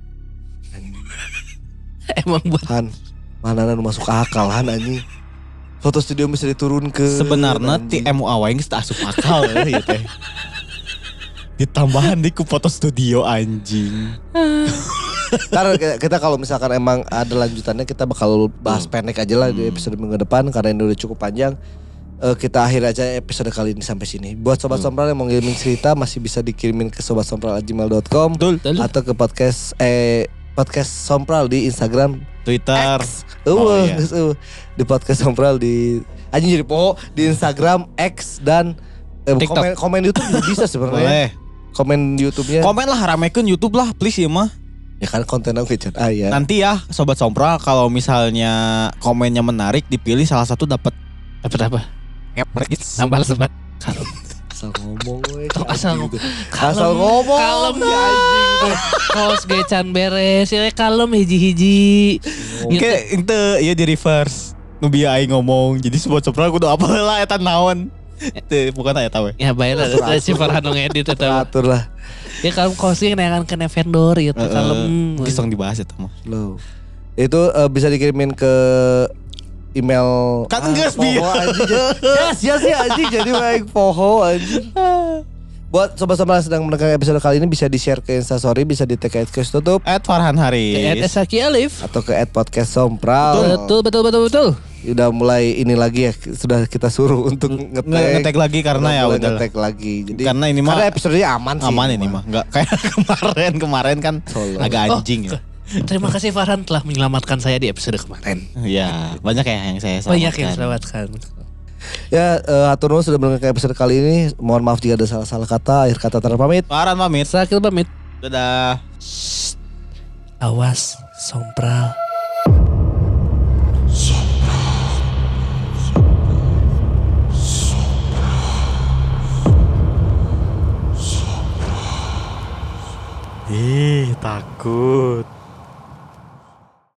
Emang buat Han, mana nu masuk akal Han anjing. Foto studio bisa diturun ke Sebenarnya ti M U A wae geus teu asup akal ya teh. Ditambahan di ku foto studio anjing. Karena kita- kita kalau misalkan emang ada lanjutannya kita bakal bahas pendek aja lah di episode minggu depan karena ini udah cukup panjang. Eh, kita akhir aja episode kali ini sampai sini. Buat sobat sompral yang mau ngirimin cerita masih bisa dikirimin ke sobat sompral at gmail dot com Betul. atau ke podcast eh podcast sompral di Instagram Twitter. X. Oh, Uh, iya. geus, uh. Di podcast sompral di anjing jadi poho di Instagram X dan eh, TikTok. komen komen YouTube juga bisa sebenarnya. Boleh. Komen YouTube-nya. Komen lah ramekeun YouTube lah please ya mah. Ya kan konten aku chat. Ah ya. Nanti ya sobat sompral kalau misalnya komennya menarik dipilih salah satu dapat dapat apa? ngepres. Nambah sebat. Asal ngomong we. Tuh, asal ngomong. Asal ngomong. Kalem si ya anjing teh. Kaos ge can beres, ya kalem hiji-hiji. Oke, itu ya di reverse. Nu bieu aing ngomong. Jadi sobat sompral kudu apa lah eta naon. Itu bukan aya tahu. Ya bayar lah si Farhan ngedit eta. Atur lah. Ya kalem kaosnya neangan kena vendor gitu kalem. Geus tong dibahas eta mah. Loh. Itu eh, bisa dikirimin ke email Kan geus bi. poho anjing. Ya sia sih anjing jadi baik poho anjing. Buat sobat-sobat yang sedang mendengar episode kali ini bisa di-share ke Instastory, bisa di tag ke tutup At Farhan At Haris. Esaki Alif. atau ke at podcast sompral. Betul betul betul betul. Udah mulai ini lagi ya, sudah kita suruh untuk ngetag. Nge- ngetag lagi karena ya mulai udah. ngetag lagi. Jadi Karena ini mah karena episodenya aman sih. aman ini mah. Enggak kayak kemarin kemarin kan Tolong. agak anjing ya. Terima kasih Farhan telah menyelamatkan saya di episode kemarin. Ya, banyak ya yang saya selamatkan. Banyak yang selamatkan. Ya, uh, atur nuhun sudah mendengarkan episode kali ini. Mohon maaf jika ada salah-salah kata. Akhir kata terpamit. Farhan pamit. Sakil pamit. Dadah. Awas, sompral. Ih, takut.